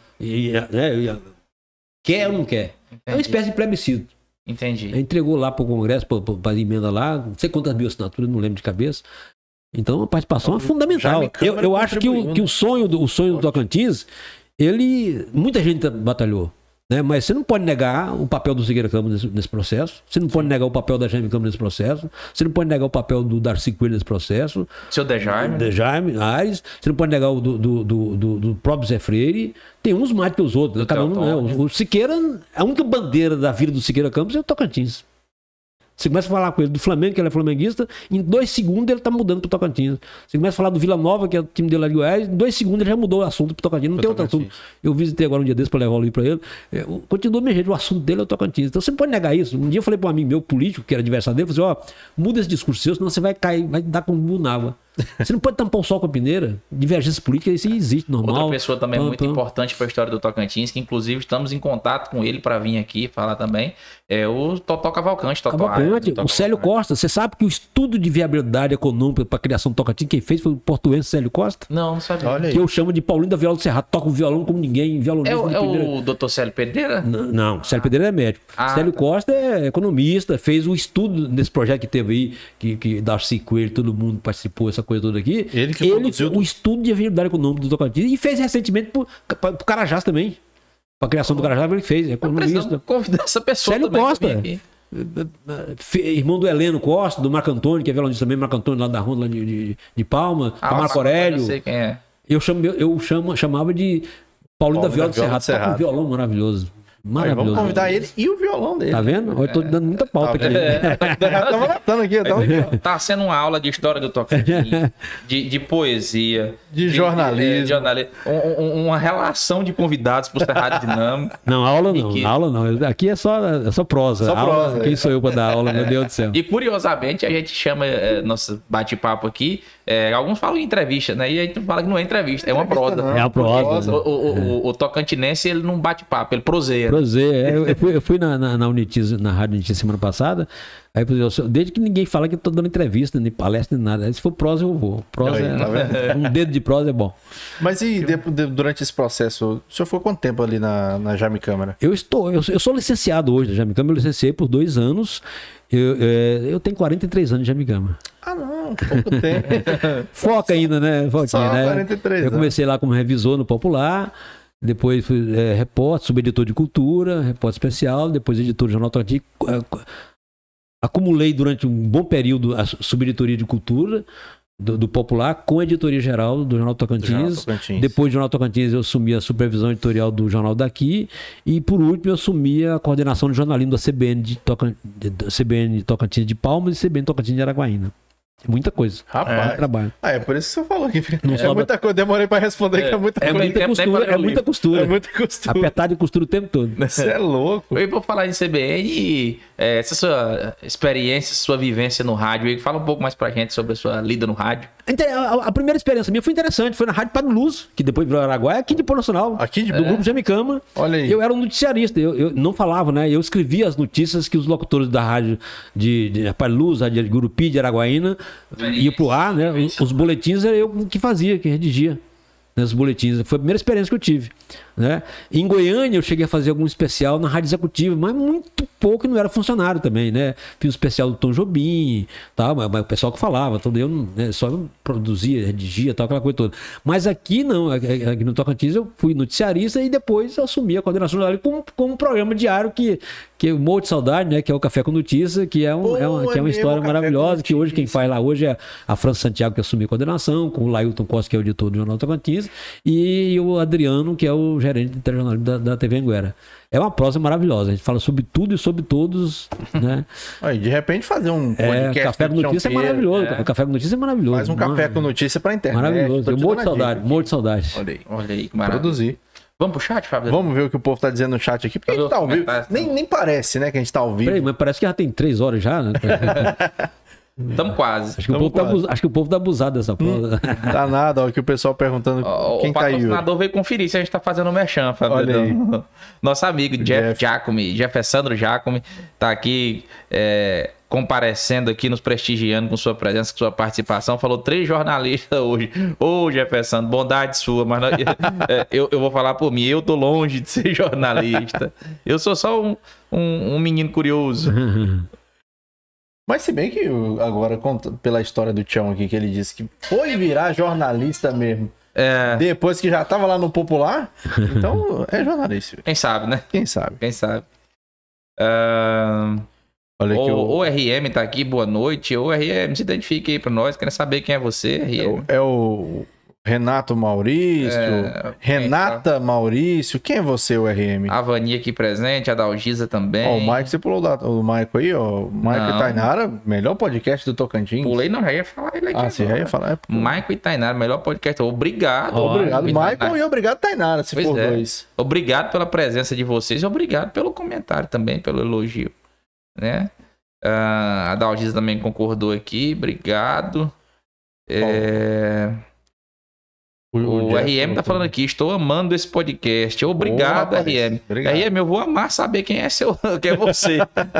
Quer ou não quer? Entendi. É uma espécie de plebiscito. Entendi. Entregou lá para o Congresso, para a emenda lá, não sei quantas mil assinaturas, não lembro de cabeça. Então a participação é fundamental. Eu acho que o sonho do Tocantins, muita gente batalhou. Né? Mas você não pode negar o papel do Siqueira Campos nesse processo. Você não pode negar o papel da Jaime Câmara nesse processo. Você não pode negar o papel do Darcy Coelho nesse processo. Seu Dejaime. Dejaime, Aires. Você não pode negar o do próprio Zé Freire. Tem uns mais que os outros. Cada um, né? O Siqueira, a única bandeira da vida do Siqueira Campos é o Tocantins. Você começa a falar com ele do Flamengo, que ele é flamenguista, em 2 segundos ele tá mudando pro Tocantins. Você começa a falar do Vila Nova, que é o time dele lá de Goiás, em 2 segundos ele já mudou o assunto pro Tocantins. Não tem outro assunto. Eu visitei agora um dia desse para levar o livro para ele. Continua meu jeito, o assunto dele é o Tocantins. Então você não pode negar isso. Um dia eu falei para um amigo meu, político, que era adversário dele, eu falei assim, muda esse discurso seu, senão você vai cair, vai dar como bunágua. Você não pode tampar o sol com a peneira. Divergência política, isso existe, normal. Outra pessoa também muito importante para a história do Tocantins, que inclusive estamos em contato com ele para vir aqui falar também, é o Totó Cavalcante. O Célio Costa. Você sabe que o estudo de viabilidade econômica para a criação do Tocantins, quem fez foi o portuense Célio Costa? Não sabia. Olha aí. Que eu chamo de Paulinho da Viola do Cerrado. Toca o violão como ninguém. O doutor Célio Pereira? Não, Célio Pereira é médico. Célio Costa é economista, fez o estudo desse projeto que teve aí, que Darcy Coelho, todo mundo participou, essa coisa toda aqui. Ele produziu o estudo de viabilidade econômica do Tocantins e fez recentemente pro Carajás também. Pra criação do Garajá, ele fez. É economista. Convidar essa pessoa Célio também Costa. pra vir aqui. Irmão do Heleno Costa, do Marco Antônio, que é violonista também, Marco Antônio lá da Ronda, lá de Palma, Marco Aurélio. Eu sei quem é. Chamava de Paulinho da Viola do Cerrado. Toca um violão maravilhoso. Aí, vamos convidar ele e o violão dele. Tá vendo? Eu tô dando muita pauta aqui. Tava matando aqui, Tá sendo uma aula de história do Tocantins, de poesia, de jornalismo. Uma relação de convidados pro Cerrado Dinâmico. Não, aula não. Aqui é só prosa. Só prosa. Quem sou eu pra dar aula, meu Deus do céu. E curiosamente, a gente chama nosso bate-papo aqui, alguns falam em entrevista, né? E a gente fala que não é entrevista, é uma prosa. É uma prosa. O tocantinense, ele não bate papo, ele proseia. Eu fui na Unitiz, na Rádio Unitiz semana passada. Aí, desde que ninguém fala que eu tô dando entrevista, nem palestra, nem nada. Aí, se for prosa, eu vou. Prosa um dedo de prosa é bom. Mas e durante esse processo, o senhor ficou quanto tempo ali na Jaime Câmara? Eu sou licenciado hoje na Jaime Câmara, eu licenciei por 2 anos. Eu tenho 43 anos de Jaime Câmara. Ah, não, pouco tempo. Foca ainda, né? Só 43 Eu comecei lá como revisor no Popular. Depois fui repórter, subeditor de cultura, repórter especial, depois editor do Jornal Tocantins. Acumulei durante um bom período a subeditoria de cultura do Popular com a editoria geral do Jornal Tocantins. Depois do Jornal Tocantins eu assumi a supervisão editorial do Jornal daqui e por último eu assumi a coordenação de jornalismo da CBN Tocantins de Palmas e CBN Tocantins de Araguaína. Muita coisa. Rapaz. Muito trabalho. É por isso que você falou aqui. Não muita coisa. Demorei pra responder que é muita coisa. Muita costura. É muita costura. Apertar de costura o tempo todo. Você é louco. Eu vou falar em CBN, essa sua experiência, sua vivência no rádio, fala um pouco mais pra gente sobre a sua lida no rádio. A primeira experiência minha foi interessante, foi na Rádio Padre Luz, que depois virou Araguaia, aqui de Pôr Nacional, do grupo Jaime Câmara. Olha aí. Eu era um noticiarista, eu não falava, né? Eu escrevia as notícias que os locutores da rádio de Padre Luz, rádio de Gurupi, de Araguaína, iam pro ar, né? Os boletins era eu que fazia, que redigia. Os boletins. Foi a primeira experiência que eu tive. Né? Em Goiânia eu cheguei a fazer algum especial na rádio executiva, mas muito pouco, e não era funcionário também, né? Fiz um especial do Tom Jobim, tal, mas o pessoal que falava, todo eu só produzia, redigia, tal, aquela coisa toda. Mas aqui não, aqui no Tocantins eu fui noticiarista e depois eu assumi a coordenação jornalística com um programa diário que eu morro de saudade, né? Que é o Café com Notícia, que é uma história maravilhosa, que hoje quem faz lá hoje é a França Santiago, que assumiu a coordenação, com o Lailton Costa, que é o editor do Jornal Tocantins, e o Adriano, que é o gerente de telejornalismo da TV Anguera. É uma prosa maravilhosa, a gente fala sobre tudo e sobre todos, né? Aí, de repente fazer um podcast. Café com Notícia é maravilhoso. O Café com Notícia é maravilhoso. Faz um café com notícia pra internet. Maravilhoso. Eu morro de saudade, morro de saudade. Olha aí, que maravilha. Produzir. Vamos pro chat, Fábio? Vamos ver o que o povo tá dizendo no chat aqui, porque a gente tá ao vivo. Nem parece, né, que a gente tá ao vivo. Peraí, mas parece que já tem 3 horas já, né? Estamos quase. Acho que o povo tá abusado dessa prosa. Tá nada, ó, que o pessoal perguntando quem tá aí. O patrocinador veio conferir se a gente tá fazendo o merchan, Fábio. Olha aí. Nosso amigo Jeffersandro Giacomi, tá aqui comparecendo aqui, nos prestigiando com sua presença, com sua participação. Falou 3 jornalistas hoje. Ô, Jeffersandro, bondade sua, mas eu vou falar por mim, eu tô longe de ser jornalista. Eu sou só um menino curioso. Mas se bem que agora, pela história do Tião aqui, que ele disse que foi virar jornalista mesmo. Depois que já tava lá no Popular, então é jornalista. Quem sabe, né? Quem sabe. Olha aqui, o RM tá aqui, boa noite. O RM, se identifique aí pra nós, querendo saber quem é você, RM. É o Renato Maurício, Renata Maurício. Quem é você, o RM? A Vania aqui presente, a Dalgisa também. Ó, o Maico, você pulou o Maico aí, ó. Maico e Tainara, melhor podcast do Tocantins. Pulei, não, já ia falar ele aqui. Você já ia falar? Maico e Tainara, melhor podcast. Obrigado. Obrigado, Maico, e obrigado, Tainara, se for 2. Obrigado pela presença de vocês e obrigado pelo comentário também, pelo elogio. Né? A Dalgisa também concordou aqui, obrigado. O RM tá falando aqui, estou amando esse podcast. Obrigado, RM. Obrigado. RM, eu vou amar saber quem é você.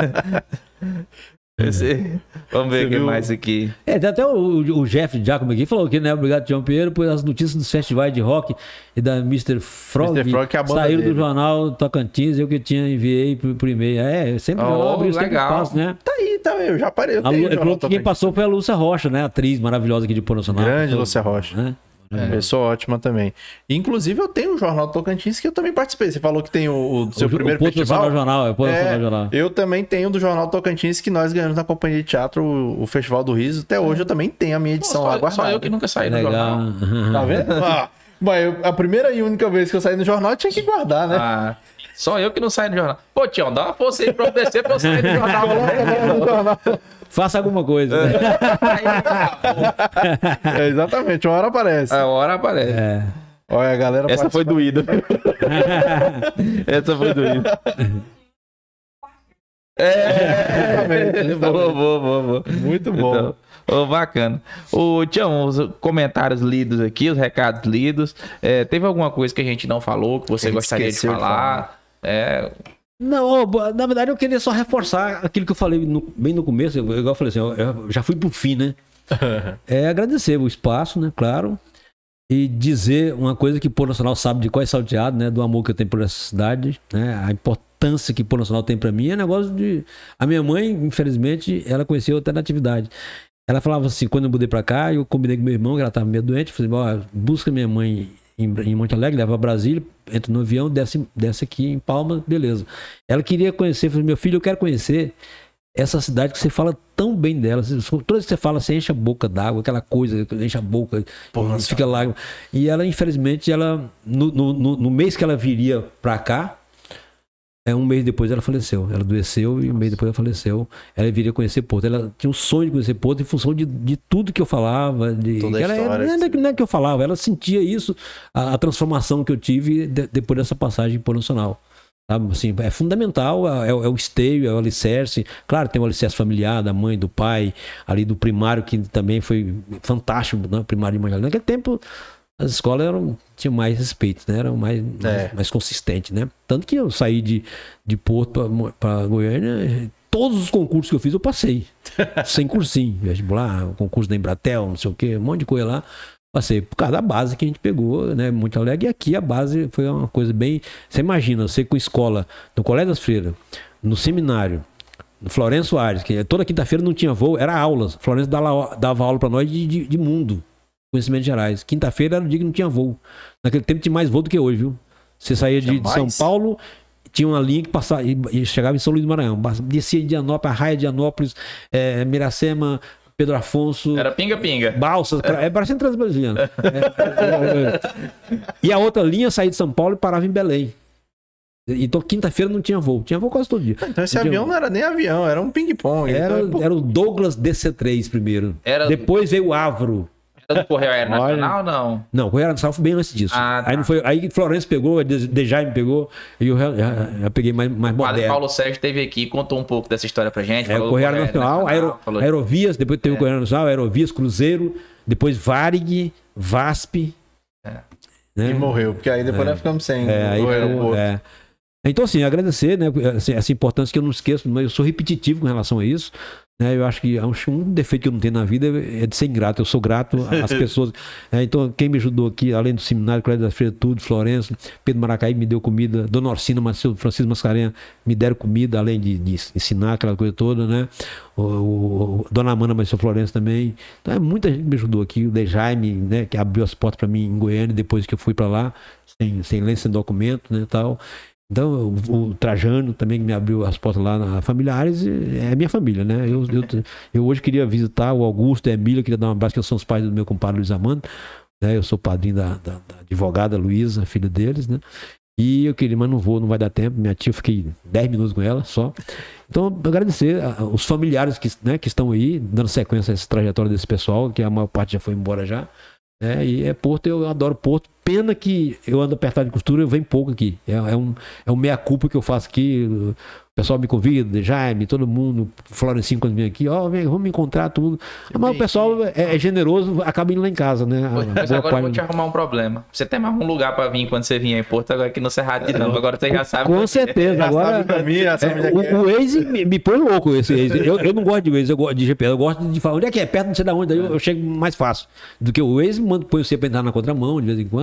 Vamos ver o que mais aqui. Tem até o Jeff Giacomo aqui falou que, né? Obrigado, Tião Pinheiro, por as notícias dos festivais de rock e da Mr. Frog, que é a banda saíram dele. do jornal Tocantins, eu que enviei por e-mail. Sempre abriu sempre espaço, né? Tá aí, eu já parei. Quem passou foi a Lúcia Rocha, né? Atriz maravilhosa aqui de Pôr Nacional. Grande Lúcia Rocha. Né? Pessoa ótima também. Inclusive, eu tenho o Jornal Tocantins que eu também participei. Você falou que tem o seu primeiro festival. Jornal, Jornal. Eu também tenho do Jornal Tocantins que nós ganhamos na Companhia de Teatro o Festival do Riso. Até hoje eu também tenho a minha edição lá guardada. Só eu que nunca saí no jornal. Tá vendo? Mas a primeira e única vez que eu saí no jornal eu tinha que guardar, né? Só eu que não saí no jornal. Pô, Tião, dá uma força aí pra eu descer pra eu sair no jornal. Faça alguma coisa. Né? Exatamente, uma hora aparece. A hora aparece. Olha, a galera. Essa foi doída. Essa foi doída. Boa. Muito bom. Então, bacana. Tião, os comentários lidos aqui, os recados lidos. Teve alguma coisa que a gente não falou, que você gostaria de falar? Não, na verdade eu queria só reforçar aquilo que eu falei bem no começo, igual eu falei assim, eu já fui pro fim, né? Agradecer o espaço, né? Claro. E dizer uma coisa que o Polo Nacional sabe de qual é salteado, né? Do amor que eu tenho por essa cidade, né? A importância que o Polo Nacional tem pra mim é negócio de... A minha mãe, infelizmente, ela conheceu até na atividade. Ela falava assim, quando eu mudei pra cá, eu combinei com meu irmão, que ela tava meio doente, falei, busca minha mãe em Monte Alegre, leva a Brasília, entra no avião, desce aqui em Palmas, beleza. Ela queria conhecer, falei, meu filho, eu quero conhecer essa cidade que você fala tão bem dela. Toda vez que você fala, você enche a boca d'água, aquela coisa, enche a boca, fica lágrima. E ela, infelizmente, no mês que ela viria pra cá, um mês depois ela faleceu. Ela adoeceu e um mês depois ela faleceu. Ela viria conhecer Porto. Ela tinha um sonho de conhecer Porto em função de tudo que eu falava. Toda a história. Não é que eu falava, ela sentia isso, a transformação que eu tive depois dessa passagem por nacional. Sabe? Assim, é fundamental, é o esteio, é o alicerce. Claro, tem o alicerce familiar da mãe, do pai, ali do primário, que também foi fantástico, né? Primário de Mangalhães. Naquele tempo, as escolas tinham mais respeito, né? Eram mais consistentes, né? Tanto que eu saí de Porto para Goiânia, todos os concursos que eu fiz eu passei. Sem cursinho, vestibular, concurso da Embratel, não sei o quê, um monte de coisa lá. Passei por causa da base que a gente pegou, né? Muito alegre. E aqui a base foi uma coisa bem... Você imagina, você com escola no Colégio das Freiras, no seminário, no Florencio Soares, que toda quinta-feira não tinha voo, era aulas. Florencio dava aula para nós de mundo, conhecimentos gerais. Quinta-feira era o dia que não tinha voo. Naquele tempo tinha mais voo do que hoje, viu? Você saía de São Paulo, tinha uma linha que passava e chegava em São Luís do Maranhão. Descia em Dianópolis, a Raia de Dianópolis, Miracema, Pedro Afonso. Era pinga-pinga. Balsas, parecendo transbrasiliano. E a outra linha saía de São Paulo e parava em Belém. Então quinta-feira não tinha voo. Tinha voo quase todo dia. Então esse avião não era nem avião, era um ping-pong. Era o Douglas DC-3 primeiro. Depois veio o Avro. Era do Correio Aéreo Nacional ou não? Não, o Correio Aéreo Nacional foi bem antes disso. Tá. Aí Florencio pegou, De Jaime pegou, e eu já peguei mais moderno. O padre Paulo Sérgio esteve aqui, contou um pouco dessa história pra gente. O Correio Aéreo Nacional, Aerovias, depois teve o Correio Aéreo Nacional, Aerovias, Cruzeiro, depois Varig, VASP. Né? E morreu, porque aí depois nós ficamos sem o aeroporto. Então, assim, agradecer, né, essa importância que eu não esqueço, mas eu sou repetitivo com relação a isso. Né, eu acho que um defeito que eu não tenho na vida é de ser ingrato. Eu sou grato às pessoas. Então, quem me ajudou aqui, além do seminário, Colégio das Freiras, tudo, Florencio, Pedro Maracaí me deu comida, Dona Orsina, Francisco Mascarenhas me deram comida, além de ensinar aquela coisa toda, né? Dona Amanda, mas seu Florencio também. Então, muita gente me ajudou aqui. O De Jaime, né, que abriu as portas para mim em Goiânia, depois que eu fui para lá, sem lei, sem documento, né, tal. Então, o Trajano também que me abriu as portas lá na Familiares, é minha família, né? Eu hoje queria visitar o Augusto e a Emília, queria dar um abraço, que são os pais do meu compadre Luiz Amando, né? Eu sou padrinho da advogada Luísa, filha deles, né? E eu queria, mas não vai dar tempo. Minha tia, eu fiquei 10 minutos com ela só. Então, agradecer os familiares que estão aí, dando sequência a essa trajetória desse pessoal, que a maior parte já foi embora já. E Porto, eu adoro Porto. Pena que eu ando apertado de costura, eu venho pouco aqui. É um meia-culpa que eu faço aqui. O pessoal me convida, Jaime, todo mundo, Florencinho quando vem aqui, vamos me encontrar tudo. Mas o pessoal é generoso, acaba indo lá em casa, né? Mas agora eu vou te arrumar um problema. Você tem mais um lugar pra vir quando você vier em Porto, agora aqui no Cerrado de Nampo. Agora você já sabe. Com certeza. Agora, o Waze me põe louco, esse Waze. Eu não gosto de Waze, eu gosto de GPS. Eu gosto de falar, onde é que é? Perto, não sei de onde, daí eu chego mais fácil. Do que o Waze, põe você pra entrar na contramão de vez em quando.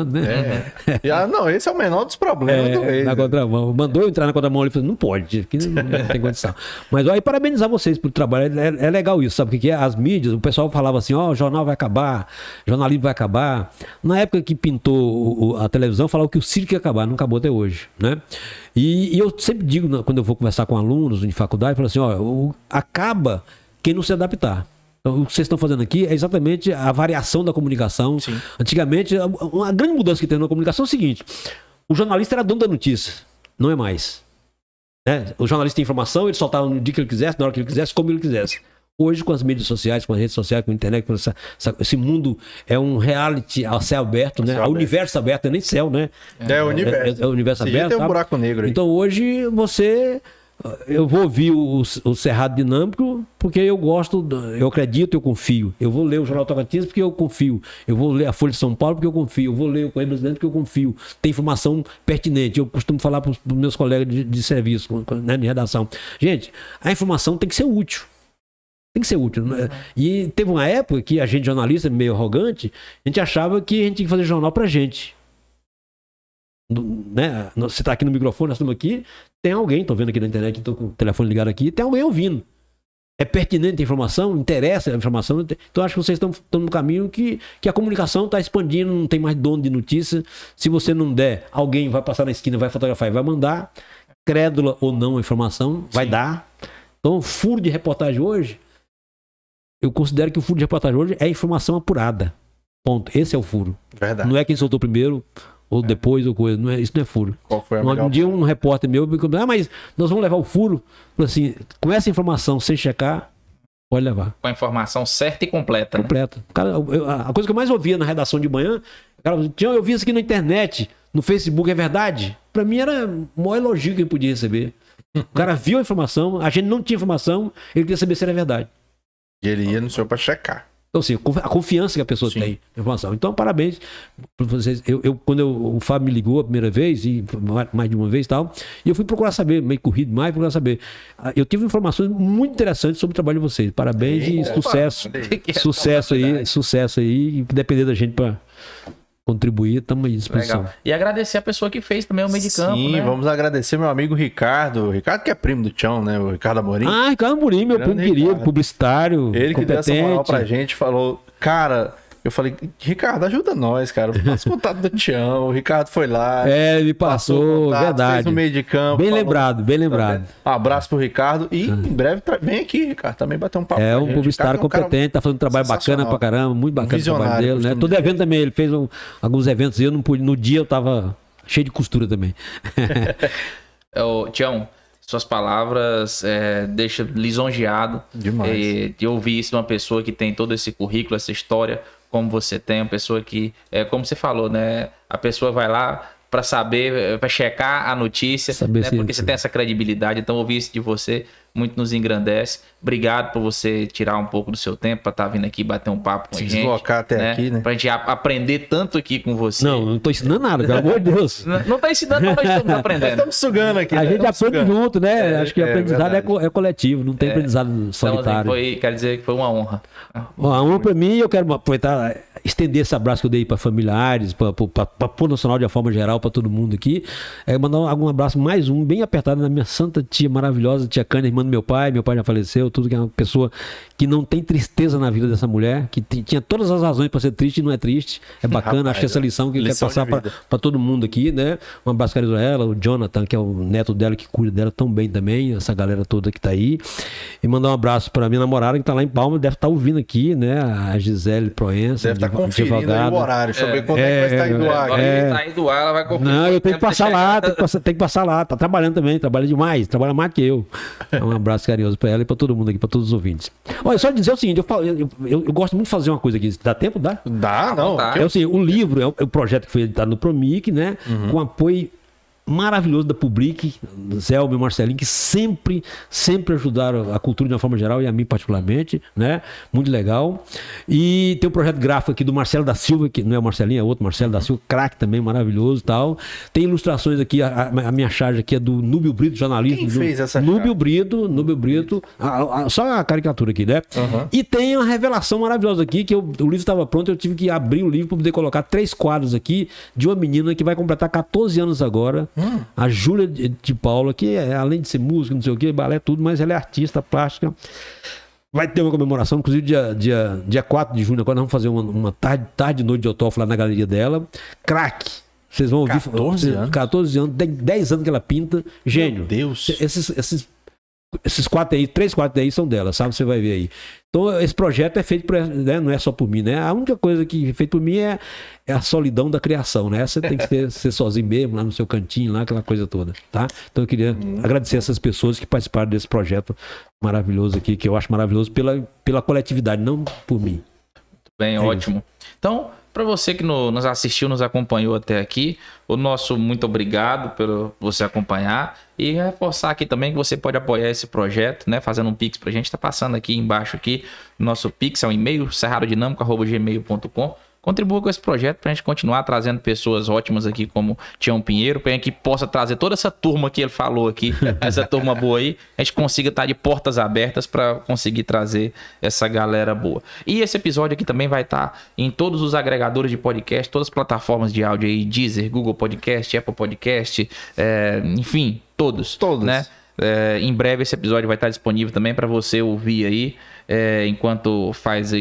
contramão, né? Não, esse é o menor dos problemas do Waze. Na contramão. Mandou eu entrar na contramão, ele falou, não pode, aqui não tem condição. Mas aí, parabenizar vocês pelo trabalho, é legal isso, sabe o que é? As mídias, o pessoal falava assim, ó, o jornal vai acabar, jornalismo vai acabar. Na época que pintou a televisão, falava que o circo ia acabar, não acabou até hoje, né? E eu sempre digo, quando eu vou conversar com alunos em faculdade, eu falo assim, ó, acaba quem não se adaptar. Então, o que vocês estão fazendo aqui é exatamente a variação da comunicação. Sim. Antigamente, uma grande mudança que teve na comunicação é o seguinte, o jornalista era dono da notícia, não é mais. Né? O jornalista tem informação, ele soltava no dia que ele quisesse, na hora que ele quisesse, como ele quisesse. Hoje, com as mídias sociais, com as redes sociais, com a internet, com esse mundo é um reality a céu aberto, né? A universo aberto, é nem céu, né? É o universo. É o universo aberto. Tem um buraco negro aí. Então, hoje, eu vou ouvir o Cerrado Dinâmico porque eu gosto, eu acredito, eu confio. Eu vou ler o Jornal Tocantins porque eu confio. Eu vou ler a Folha de São Paulo porque eu confio. Eu vou ler o Correio Brasileiro porque eu confio. Tem informação pertinente. Eu costumo falar para os meus colegas de serviço, né, de redação. Gente, a informação tem que ser útil. Tem que ser útil. Né? E teve uma época que a gente, jornalista, meio arrogante, a gente achava que a gente tinha que fazer jornal pra gente. Né? Você está aqui no microfone, nós estamos aqui, tem alguém, estou vendo aqui na internet, estou com o telefone ligado aqui, tem alguém ouvindo. É pertinente a informação, interessa a informação. Então acho que vocês estão no caminho que a comunicação está expandindo, não tem mais dono de notícia. Se você não der, alguém vai passar na esquina, vai fotografar e vai mandar. Crédula ou não a informação, vai dar. Então, furo de reportagem hoje, eu considero que o furo de reportagem hoje é informação apurada. Ponto. Esse é o furo. Verdade. Não é quem soltou primeiro, ou depois, ou coisa. Não é, isso não é furo. Qual foi a melhor Um dia um repórter meu me comentou, mas nós vamos levar o furo. Falei assim, com essa informação, sem checar, pode levar. Com a informação certa e completa. Completa. Cara, a coisa que eu mais ouvia na redação de manhã, o cara falou, Tião, eu vi isso aqui na internet, no Facebook, é verdade? Pra mim era o maior elogio que eu podia receber. O cara viu a informação, a gente não tinha informação, ele queria saber se era verdade. E ele ia no senhor para checar. Então, assim, a confiança que a pessoa tem na informação. Então, parabéns para vocês. Quando o Fábio me ligou a primeira vez, e mais de uma vez e tal, e eu fui procurar saber, meio corrido mais, procurar saber. Eu tive informações muito interessantes sobre o trabalho de vocês. Parabéns e sucesso. Sucesso aí. Que depender da gente para contribuir, estamos aí à disposição. Legal. E agradecer a pessoa que fez também o meio de campo, Sim, né? Vamos agradecer meu amigo Ricardo. Ricardo que é primo do Tião, né? O Ricardo Amorim. Ah, Ricardo Amorim, meu primo querido, publicitário, ele que competente. deu essa moral pra gente, falou, cara... Eu falei, Ricardo, ajuda nós, cara. Passa o contato do Tião. O Ricardo foi lá. Ele passou contato, verdade. Fez no meio de campo. Bem lembrado, bem lembrado. Um abraço pro Ricardo. E em breve vem aqui, Ricardo, também bater um papo. É um publicitário competente, tá fazendo um trabalho bacana pra caramba, muito bacana o trabalho dele, né? Todo evento também, ele fez alguns eventos e eu não pude. No dia eu tava cheio de costura também. Tião, suas palavras deixam lisonjeado. Demais. De ouvir isso de uma pessoa que tem todo esse currículo, essa história, como você tem, uma pessoa que, como você falou, né? A pessoa vai lá para saber, para checar a notícia, né, porque você tem essa credibilidade. Então, ouvir isso de você muito nos engrandece. Obrigado por você tirar um pouco do seu tempo para estar vindo aqui bater um papo com a gente. Se deslocar até aqui, né? Pra gente aprender tanto aqui com você. Não tô ensinando nada, pelo amor de Deus. Não tá ensinando, mas nós estamos aprendendo. Estamos sugando aqui. A gente aprende junto, né? Acho que o aprendizado é coletivo, não tem aprendizado solitário. Então, quero dizer que foi uma honra. Uma honra para mim, eu quero aproveitar, estender esse abraço que eu dei para familiares, para o Nacional de uma forma geral, para todo mundo aqui. Mandar um abraço, mais um, bem apertado, na minha santa tia maravilhosa, tia Cânia, irmã do meu pai já faleceu, tudo, que é uma pessoa que não tem tristeza na vida dessa mulher, que tinha todas as razões para ser triste e não é triste. É bacana, rapaz, acho que essa lição que ele quer passar para todo mundo aqui, né? Um abraço carinhoso a ela, o Jonathan, que é o neto dela, que cuida dela tão bem também, essa galera toda que tá aí. E mandar um abraço para minha namorada, que tá lá em Palma, deve estar ouvindo aqui, né? A Gisele Proença. Deve estar conferindo aí o horário, deixa eu ver quando é que vai sair do ar. Sair do ar, ela vai conferir. Não, eu tenho que passar lá, tem que passar lá, tá trabalhando também, trabalha demais, trabalha mais que eu. Um abraço carinhoso para ela e para todo mundo aqui, para todos os ouvintes. Olha, só dizer o seguinte, eu gosto muito de fazer uma coisa aqui. Dá tempo? Dá? Dá, não. É assim, o livro é o projeto que foi editado no Promic, né? Com apoio maravilhoso da Public, Zelma e Marcelinho, que sempre ajudaram a cultura de uma forma geral e a mim particularmente, né? Muito legal. E tem um projeto gráfico aqui do Marcelo da Silva, que não é o Marcelinho, é outro Marcelo da Silva, craque também, maravilhoso e tal. Tem ilustrações aqui, a minha charge aqui é do Núbio Brito, jornalista. Quem fez essa Núbio Brito, só a caricatura aqui, né? E tem uma revelação maravilhosa aqui, que o livro estava pronto, eu tive que abrir o livro para poder colocar 3 quadros aqui de uma menina que vai completar 14 anos agora, a Júlia de Paula, que além de ser música, não sei o que, balé, tudo, mas ela é artista plástica. Vai ter uma comemoração, inclusive dia 4 de junho, agora nós vamos fazer uma tarde e noite de autógrafo lá na galeria dela. Craque! Vocês vão ouvir. 14 anos? 14 anos, tem 10 anos que ela pinta. Gênio. Meu Deus! Esses 3 quadros aí são dela, sabe? Você vai ver aí. Então, esse projeto é feito por, né? Não é só por mim, né? A única coisa que é feita por mim é a solidão da criação, né? Você tem que ser sozinho mesmo, lá no seu cantinho, lá, aquela coisa toda, tá? Então, eu queria agradecer essas pessoas que participaram desse projeto maravilhoso aqui, que eu acho maravilhoso pela coletividade, não por mim. Bem, ótimo. Então, para você que nos assistiu, nos acompanhou até aqui, o nosso muito obrigado por você acompanhar e reforçar aqui também que você pode apoiar esse projeto, né? Fazendo um Pix pra gente, tá passando aqui embaixo aqui, nosso Pix é o e-mail, cerradodinâmico@gmail.com. Contribua com esse projeto pra gente continuar trazendo pessoas ótimas aqui como Tião Pinheiro, pra gente que possa trazer toda essa turma que ele falou aqui, essa turma boa aí, a gente consiga estar de portas abertas pra conseguir trazer essa galera boa. E esse episódio aqui também vai estar em todos os agregadores de podcast, todas as plataformas de áudio aí, Deezer, Google Podcast, Apple Podcast, enfim, todos. Né? Em breve esse episódio vai estar disponível também para você ouvir aí, enquanto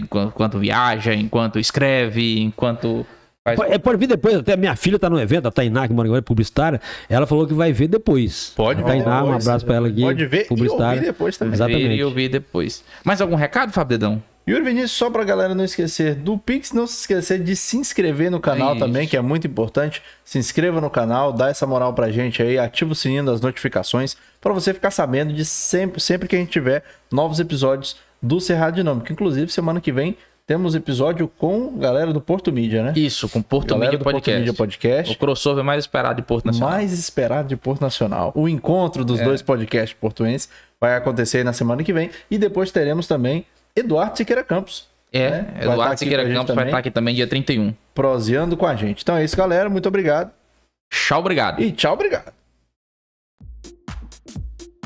viaja, enquanto escreve, enquanto faz... Pode vir depois, até minha filha tá no evento, a Tainá, que mora agora, é publicitária, ela falou que vai ver depois. Pode ver Tainá, depois, um abraço para ela aqui. Pode ver e ouvir depois também. Exatamente. Ver e ouvir depois. Mais algum recado, Fábio Dedão? Yuri Vinícius, só pra galera não esquecer do Pix, não se esquecer de se inscrever no canal também, que é muito importante. Se inscreva no canal, dá essa moral pra gente aí, ativa o sininho das notificações pra você ficar sabendo de sempre que a gente tiver novos episódios do Cerrado Dinâmico. Inclusive, semana que vem temos episódio com a galera do Porto Mídia, né? Isso, com Porto Mídia Podcast. Porto Mídia Podcast. O crossover mais esperado de Porto Nacional. Mais esperado de Porto Nacional. O encontro dos dois podcasts portuenses vai acontecer aí na semana que vem. E depois teremos também Eduardo Siqueira Campos. Né? Eduardo Siqueira Campos vai estar aqui também dia 31. Proseando com a gente. Então é isso, galera. Muito obrigado. Tchau, obrigado. E tchau, obrigado.